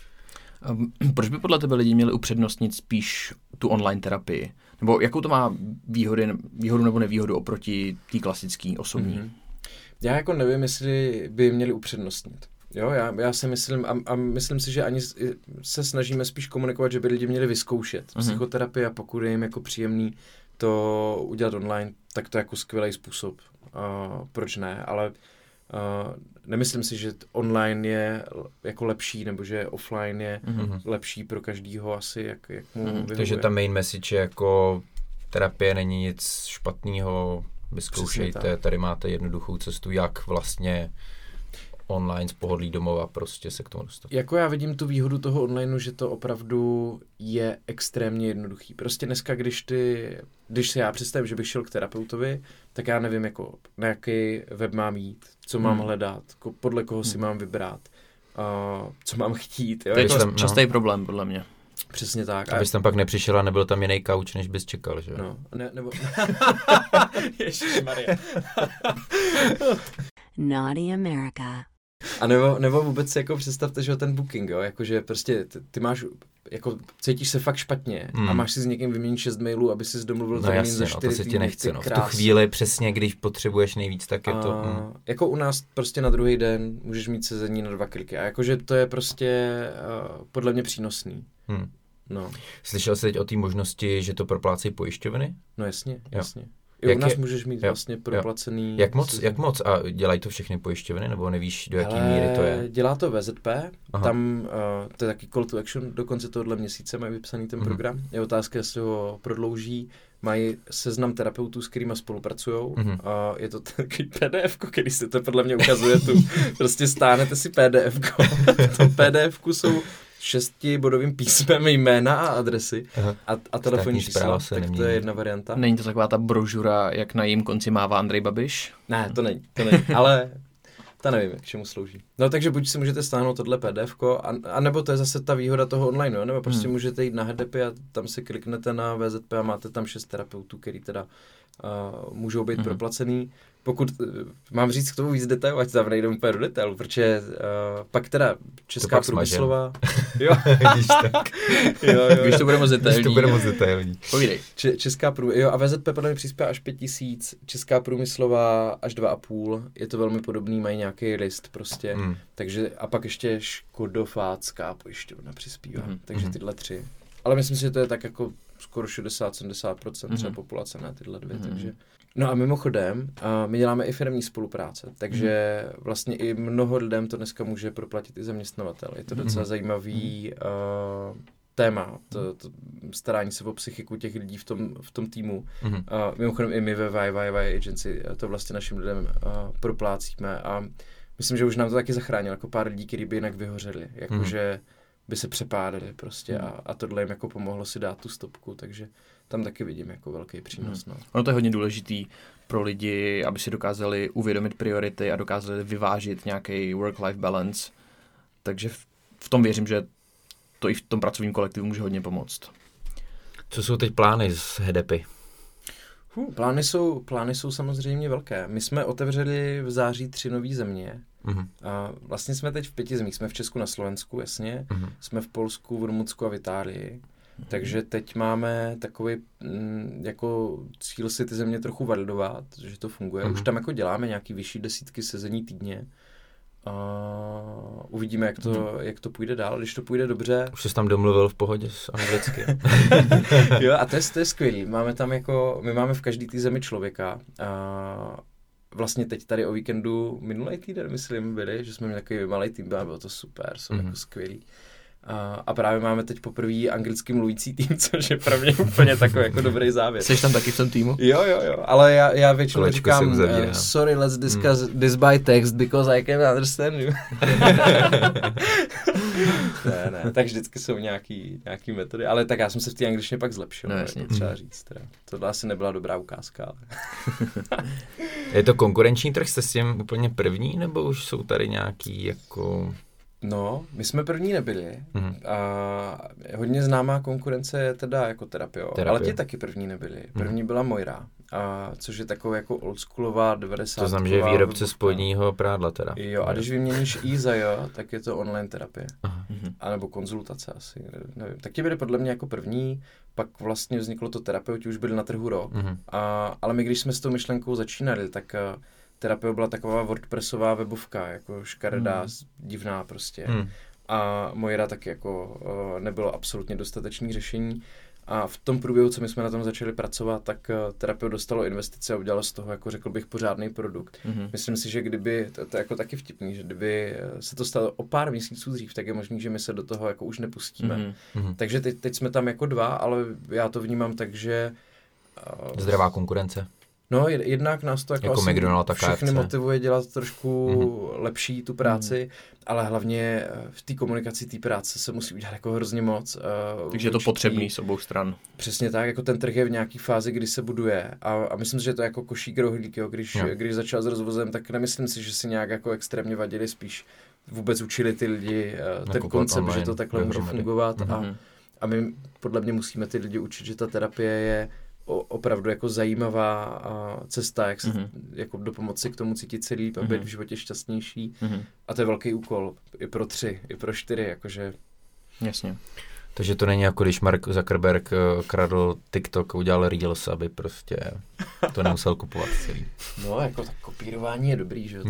Proč by podle tebe lidi měli upřednostnit spíš tu online terapii? Nebo jakou to má výhodu nebo nevýhodu oproti té klasické osobní? Já jako nevím, jestli by měli upřednostnit. Jo, já si myslím a myslím si, že ani se snažíme spíš komunikovat, že by lidi měli vyzkoušet psychoterapii a pokud je jim jako příjemný to udělat online, tak to je jako skvělý způsob. Proč ne? Ale nemyslím si, že online je jako lepší, nebo že offline je lepší pro každýho asi, jak mu vyhovuje. Takže ta main message je jako terapie není nic špatného, vyzkoušejte, tady máte jednoduchou cestu, jak vlastně online z pohodlí domova prostě se k tomu dostat. Jako já vidím tu výhodu toho onlineu, že to opravdu je extrémně jednoduchý. Prostě dneska, když se já představím, že bych šel k terapeutovi, tak já nevím, jako, na jaký web mám jít, co mám hledat, podle koho si mám vybrat, co mám chtít. Jo? To je častý problém, podle mě. Přesně tak. Abys tam pak nepřišel a nebyl tam jiný kauč, než bys čekal, že jo? No, nebo... Ježišmarja. Naughty America. A nebo vůbec si jako představte, že ten booking, jo, jakože prostě ty máš, jako cítíš se fakt špatně a máš si s někým vyměnit 6 mailů, aby si domluvil termín za 4 týdny. To se ti nechce, no. V tu chvíli přesně, když potřebuješ nejvíc, tak je to... Jako u nás prostě na druhý den můžeš mít sezení na 2 kliky a jakože to je prostě podle mě přínosný. No. Slyšel jsi teď o té možnosti, že to proplácejí pojišťovny? No jasně. I u nás můžeš mít vlastně proplacený... Jak moc? A dělají to všechny pojišťovny, nebo nevíš, do jaké míry to je? Dělá to VZP, tam to je taky call to action, do konce tohohle měsíce mají vypsaný ten program. Je otázka, jestli ho prodlouží, mají seznam terapeutů, s kterýma spolupracujou. A je to takový PDF-ko, který si to podle mě ukazuje tu. Prostě stáhnete si PDF-ko. V tom PDF-ku jsou 6bodovým písmem jména a adresy a telefonní čísla, tak to je jedna varianta. Není to taková ta brožura, jak na jejím konci mává Andrej Babiš? Ne, to není, ale ta nevím, k čemu slouží. No takže buď si můžete stáhnout tohle PDFko, a nebo to je zase ta výhoda toho online, nebo prostě můžete jít na HDPy a tam si kliknete na VZP a máte tam 6 terapeutů, který teda můžou být proplacený. Pokud mám říct k tomu víc detailů, ať tam nejdem úplně do detailu, protože pak teda Česká průmyslová... Jo. Vidíš tak. jo. Když to bude moc detailní. Povídej. Česká průmyslová, a VZP podle mě přispěje až 5 000, Česká průmyslová až 2,5, je to velmi podobný, mají nějaký list prostě, takže a pak ještě Škodofácká pojišťovna přispívá, takže tyhle 3. Ale myslím si, že to je tak jako skoro 60-70% třeba populace, ne tyhle 2, takže... No a mimochodem, my děláme i firemní spolupráce, takže vlastně i mnoho lidem to dneska může proplatit i zaměstnavatel. Je to docela zajímavý téma, to starání se o psychiku těch lidí v tom týmu. Mimochodem i my ve YYY Agency to vlastně našim lidem proplácíme a myslím, že už nám to taky zachránilo jako pár lidí, kteří by jinak vyhořeli, jakože by se přepádali prostě a tohle jim jako pomohlo si dát tu stopku, takže tam taky vidím jako velký přínos. No. Ono to je hodně důležitý pro lidi, aby si dokázali uvědomit priority a dokázali vyvážit nějaký work-life balance, takže v tom věřím, že to i v tom pracovním kolektivu může hodně pomoct. Co jsou teď plány z HDPy? Plány jsou samozřejmě velké. My jsme otevřeli v září 3 nové země. A vlastně jsme teď v 5 zemích. Jsme v Česku, na Slovensku, jasně. Jsme v Polsku, v Rumunsku a v Itálii. Takže teď máme takový jako cíl si ty země trochu validovat, že to funguje. Už tam jako děláme nějaký vyšší desítky sezení týdně. Uvidíme, jak to půjde dál, když to půjde dobře. Už jsi tam domluvil v pohodě s anglicky. Jo, a to je skvělý. My máme v každý té zemi člověka. Vlastně teď tady o víkendu minulý týden, myslím, byli, že jsme měli takový malý tým, bylo to super, jsou jako skvělý. A právě máme teď poprvé anglicky mluvící tým, což je pro mě úplně takový jako dobrý závěr. Jsi tam taky v tom týmu? Jo, ale já většinou říkám, sorry, let's discuss this by text, because I can understand you. ne, tak vždycky jsou nějaký metody, ale tak já jsem se v té angličtině pak zlepšil, třeba říct. Teda. Tohle asi nebyla dobrá ukázka, ale... Je to konkurenční trh, jste s tím úplně první, nebo už jsou tady nějaký jako... No, my jsme první nebyli. A hodně známá konkurence je teda jako Terapio. Ale ti taky první nebyli. První byla Moira, což je taková jako oldschoolová 90. To znamená, že výrobce spodního prádla teda. Jo, a když vyměníš Izajo, tak je to online terapie. A nebo konzultace asi, nevím. Tak ti byli podle mě jako první, pak vlastně vzniklo to Terapeuti, už byli na trhu rok. Ale my, když jsme s tou myšlenkou začínali, tak Terapio byla taková WordPressová webovka, jako škaredá, divná prostě. A Moira taky jako nebylo absolutně dostatečné řešení. A v tom průběhu, co my jsme na tom začali pracovat, tak Terapio dostalo investice a udělalo z toho, jako řekl bych, pořádný produkt. Myslím si, že kdyby, to je jako taky vtipný, že kdyby se to stalo o pár měsíců dřív, tak je možný, že my se do toho jako už nepustíme. Takže teď jsme tam jako 2, ale já to vnímám tak, že... Zdravá konkurence. No, jednak nás to jako asi všechny motivuje dělat trošku lepší tu práci, ale hlavně v té komunikaci té práce se musí udělat jako hrozně moc. Takže je to potřebný z obou stran. Přesně tak, jako ten trh je v nějaký fázi, kdy se buduje a myslím si, že to je jako košík rohlík, jo. Když začal s rozvozem, tak nemyslím si, že si nějak jako extrémně vadili, spíš vůbec učili ty lidi ten koncept, online, že to takhle může fungovat a my podle mě musíme ty lidi učit, že ta terapie je opravdu jako zajímavá cesta, jak se jako dopomoci k tomu cítit se líp a být v životě šťastnější. A to je velký úkol i pro 3, i pro 4, jakože... Jasně. Takže to není jako když Mark Zuckerberg kradl TikTok a udělal Reels, aby prostě to nemusel kupovat celý. No, jako tak kopírování je dobrý, že?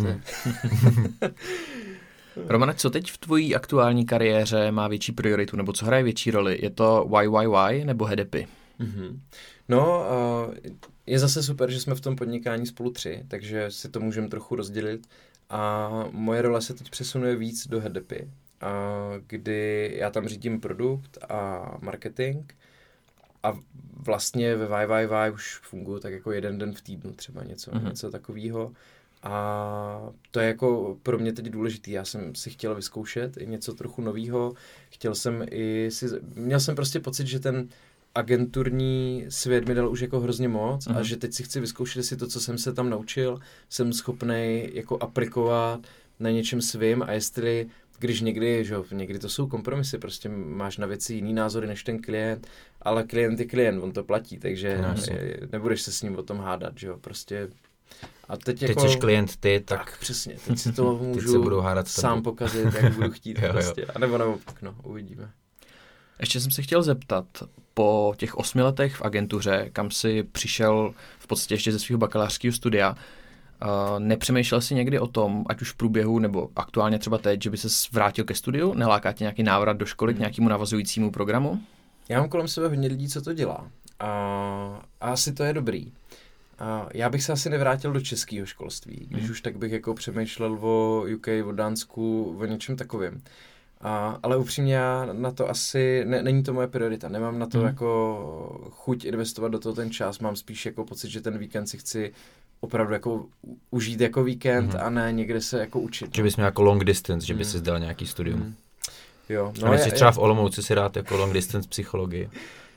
Romane, co teď v tvojí aktuální kariéře má větší prioritu, nebo co hraje větší roli? Je to YYY nebo HDPy? No, je zase super, že jsme v tom podnikání spolu 3, takže si to můžeme trochu rozdělit a moje role se teď přesunuje víc do HDPy, kdy já tam řídím produkt a marketing a vlastně ve YYY už funguji tak jako 1 den v týdnu třeba něco takového. A to je jako pro mě teď důležitý. Já jsem si chtěl vyzkoušet i něco trochu novýho. Měl jsem prostě pocit, že ten agenturní svět mi dal už jako hrozně moc a že teď si chci vyzkoušet si to, co jsem se tam naučil, jsem schopnej jako aplikovat na něčem svým a jestli, když někdy, že někdy to jsou kompromisy, prostě máš na věci jiný názory než ten klient, ale klient je klient, on to platí, takže nebudeš se s ním o tom hádat, že jo, prostě. A teď jsi klient ty, tak přesně, teď si to můžu sám pokazit, jak budu chtít prostě, a nebo naopak, no, uvidíme. Ještě jsem se chtěl zeptat, po těch 8 letech v agentuře, kam jsi přišel v podstatě ještě ze svého bakalářského studia, nepřemýšlel jsi někdy o tom, ať už v průběhu nebo aktuálně třeba teď, že by ses vrátil ke studiu? Neláká tě nějaký návrat do školy k nějakému navazujícímu programu? Já mám kolem sebe hodně lidí, co to dělá. A asi to je dobrý. Já bych se asi nevrátil do českého školství, když už tak bych jako přemýšlel o UK, o Dánsku, o něčem takovém. Ale upřímně já na to asi, není to moje priorita, nemám na to jako chuť investovat do toho ten čas, mám spíš jako pocit, že ten víkend si chci opravdu jako užít jako víkend a ne někde se jako učit. Že bys měl jako long distance, že bys si dal nějaký studium. Jo. No, a třeba v Olomouci si dát jako long distance psychologii.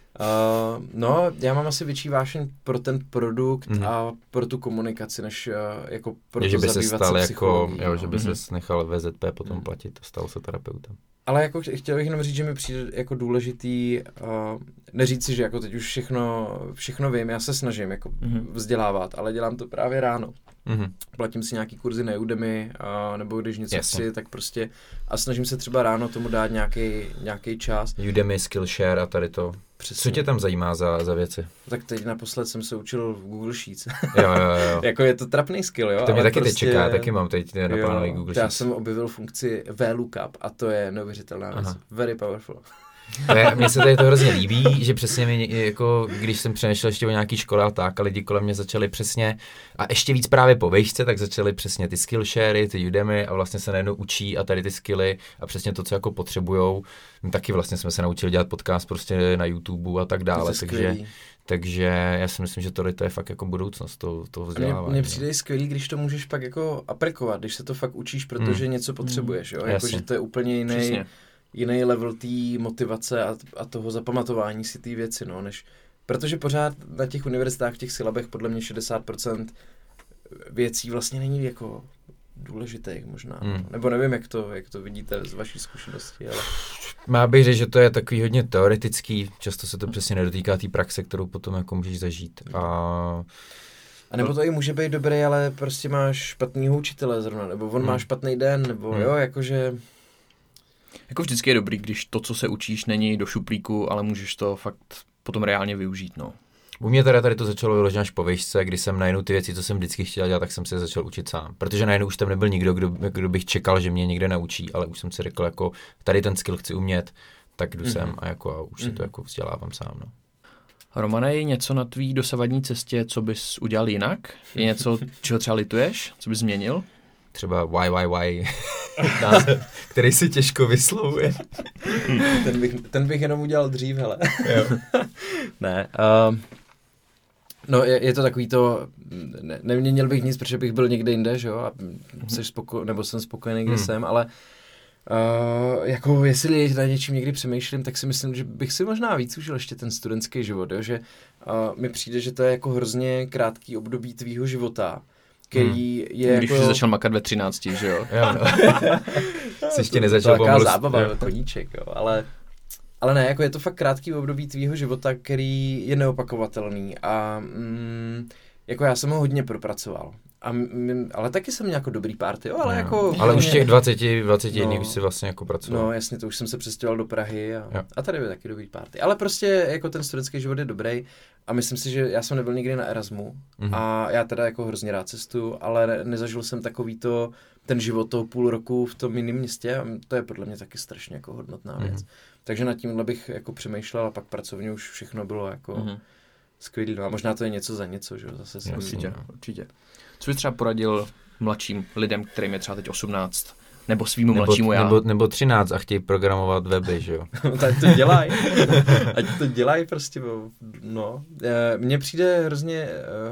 No, já mám asi větší vášeň pro ten produkt a pro tu komunikaci, než jako pro to zabývat se psychologií. Že by se nechal VZP potom platit a stal se terapeutem. Ale jako chtěl bych jenom říct, že mi přijde jako důležitý neříct si, že jako teď už všechno vím, já se snažím jako vzdělávat, ale dělám to právě ráno. Platím si nějaký kurzy na Udemy, nebo když něco chci, tak prostě a snažím se třeba ráno tomu dát nějaký čas. Udemy, Skillshare a tady to. Přesně. Co tě tam zajímá za věci? Tak teď naposled jsem se učil v Google Sheets. Jo. Jako je to trapný skill, jo. To mě taky prostě, teď čeká, taky mám teď naplánovaný Google Sheets. Já jsem objevil funkci VLOOKUP a to je neuvěřitelná věc. Very powerful. Mně se tady to hrozně líbí, že přesně mi, jako, když jsem přemýšlel ještě o nějaký škole a tak, a lidi kolem mě začali přesně, a ještě víc právě po vejšce, tak začali přesně ty Skillshare, ty Udemy a vlastně se najednou učí a tady ty skilly a přesně to, co jako potřebujou. Taky vlastně jsme se naučili dělat podcast prostě na YouTube a tak dále, takže já si myslím, že tohle je fakt jako budoucnost toho vzdělávání. Mně přijde skvělý, když to můžeš pak jako aplikovat, když se to fakt učíš, protože něco potřebuješ, jo, jako, že to je úplně jiný level té motivace a toho zapamatování si té věci, no, protože pořád na těch univerzitách, v těch silabech podle mě 60% věcí vlastně není jako důležitých možná, nebo nevím, jak to vidíte z vaší zkušenosti, ale... Má bych říct, že to je takový hodně teoretický, často se to přesně nedotýká té praxe, kterou potom jako můžeš zažít a nebo to i může být dobrý, ale prostě máš špatnýho učitele zrovna, nebo on má špatný den, nebo jo, jakože... Jako vždycky je dobrý, když to, co se učíš, není do šuplíku, ale můžeš to fakt potom reálně využít, no. U mě tady to začalo vyloženě až po výšce, kdy jsem najednou ty věci, co jsem vždycky chtěl dělat, tak jsem se začal učit sám. Protože najednou už tam nebyl nikdo, kdo bych čekal, že mě někde naučí, ale už jsem si řekl, jako tady ten skill chci umět, tak jdu sem a už si to jako vzdělávám sám, no. Romane, je něco na tvý dosavadní cestě, co bys udělal jinak? Je něco, čeho třeba lituješ? Co bys změnil? Třeba why, který si těžko vyslovuje. ten bych jenom udělal dřív, hele. Jo. Ne, no je to takový to, neměnil bych nic, protože bych byl někde jinde, že jo, a jsem spokojený, kde jsem, ale jako jestli na něčím někdy přemýšlím, tak si myslím, že bych si možná víc užil ještě ten studentský život, jo, že mi přijde, že to je jako hrozně krátký období tvýho života, který je když jako... jsi začal makat ve 13, že jo? Jo, no. Jsi ještě nezačal taková zábava, koníček, jo, ale ne, jako je to fakt krátký období tvýho života, který je neopakovatelný a jako já jsem ho hodně propracoval. Ale taky jsem měl jako dobrý party, jo, ale jako... Ale už těch 21 už si vlastně jako pracoval. No jasně, to už jsem se přestěhoval do Prahy a tady je taky dobrý party. Ale prostě jako ten studentský život je dobrý a myslím si, že já jsem nebyl nikdy na Erasmu a já teda jako hrozně rád cestuju, ale nezažil jsem ten život toho půl roku v tom jiném městě a to je podle mě taky strašně jako hodnotná věc. Takže nad tímhle bych jako přemýšlel a pak pracovně už všechno bylo jako skvělý. No a možná to je něco za něco, že jo, zase si určitě. Co bys třeba poradil mladším lidem, kterým je třeba teď 18, nebo svýmu mladšímu já? Nebo 13 a chtějí programovat weby, že jo? Tak to dělají. Ať to dělají prostě, no. Mně přijde hrozně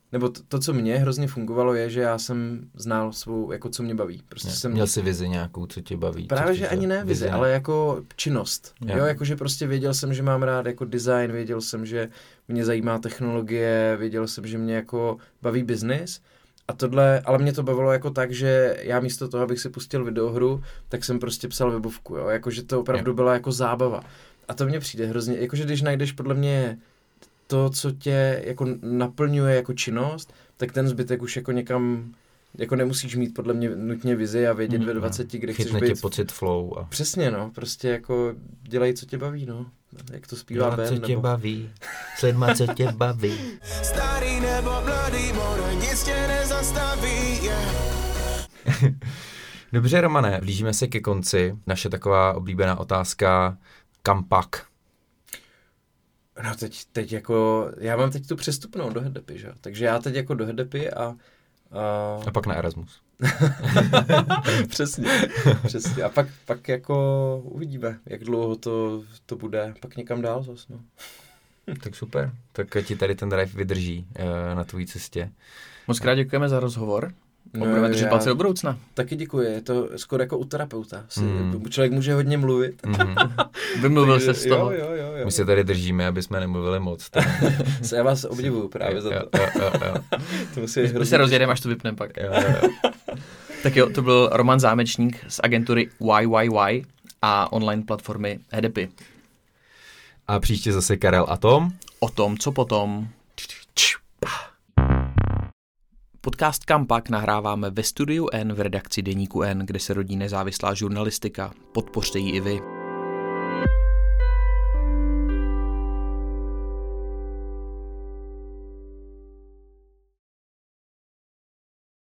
nebo to, co mě hrozně fungovalo, je, že já jsem znal svou, jako co mě baví. Prostě Měl jsi vizi nějakou, co tě baví? Právě, že ani ne vizi, ale jako činnost. Jo, jakože prostě věděl jsem, že mám rád jako design, věděl jsem, že mě zajímá technologie, věděl jsem, že mě jako baví business. A tohle, ale mě to bavilo jako tak, že já místo toho, abych si pustil videohru, tak jsem prostě psal webovku, jo, jakože to opravdu byla jako zábava. A to mně přijde hrozně, jakože když najdeš podle mě to, co tě jako naplňuje jako činnost, tak ten zbytek už jako někam, jako nemusíš mít podle mě nutně vizi a vědět ve 20, kde chceš být. Chytne tě pocit flow. A... Přesně, no, prostě jako dělej, co tě baví, no. Jak to zpívá Ben, co tě baví, s lidma, co tě baví. Starý nebo mladý, more, nic tě nezastaví, Dobře, Romane, blížíme se ke konci. Naše taková oblíbená otázka, kam pak? No teď jako, já mám teď tu přestupnou do Hedepy, že? Takže já teď jako do Hedepy a pak na Erasmus. Přesně. A pak jako uvidíme, jak dlouho to bude, pak někam dál zase, no. Tak super, tak ti tady ten drive vydrží na tvojí cestě. Moc krát děkujeme za rozhovor. Budeme držet palce do budoucna. Taky děkuji, je to skoro jako u terapeuta. Člověk může hodně mluvit. Vymluvil se z toho. Jo. My se tady držíme, aby jsme nemluvili moc. Já vás obdivuju právě za to. Jo. My se rozjedeme, až to vypneme pak. Jo. Tak jo, to byl Roman Zámečník z agentury YYY a online platformy Hedepy. A příště zase Karel a Tom. O tom, co potom. Podcast Kampak nahráváme ve Studiu N v redakci Deníku N, kde se rodí nezávislá žurnalistika. Podpořte ji i vy.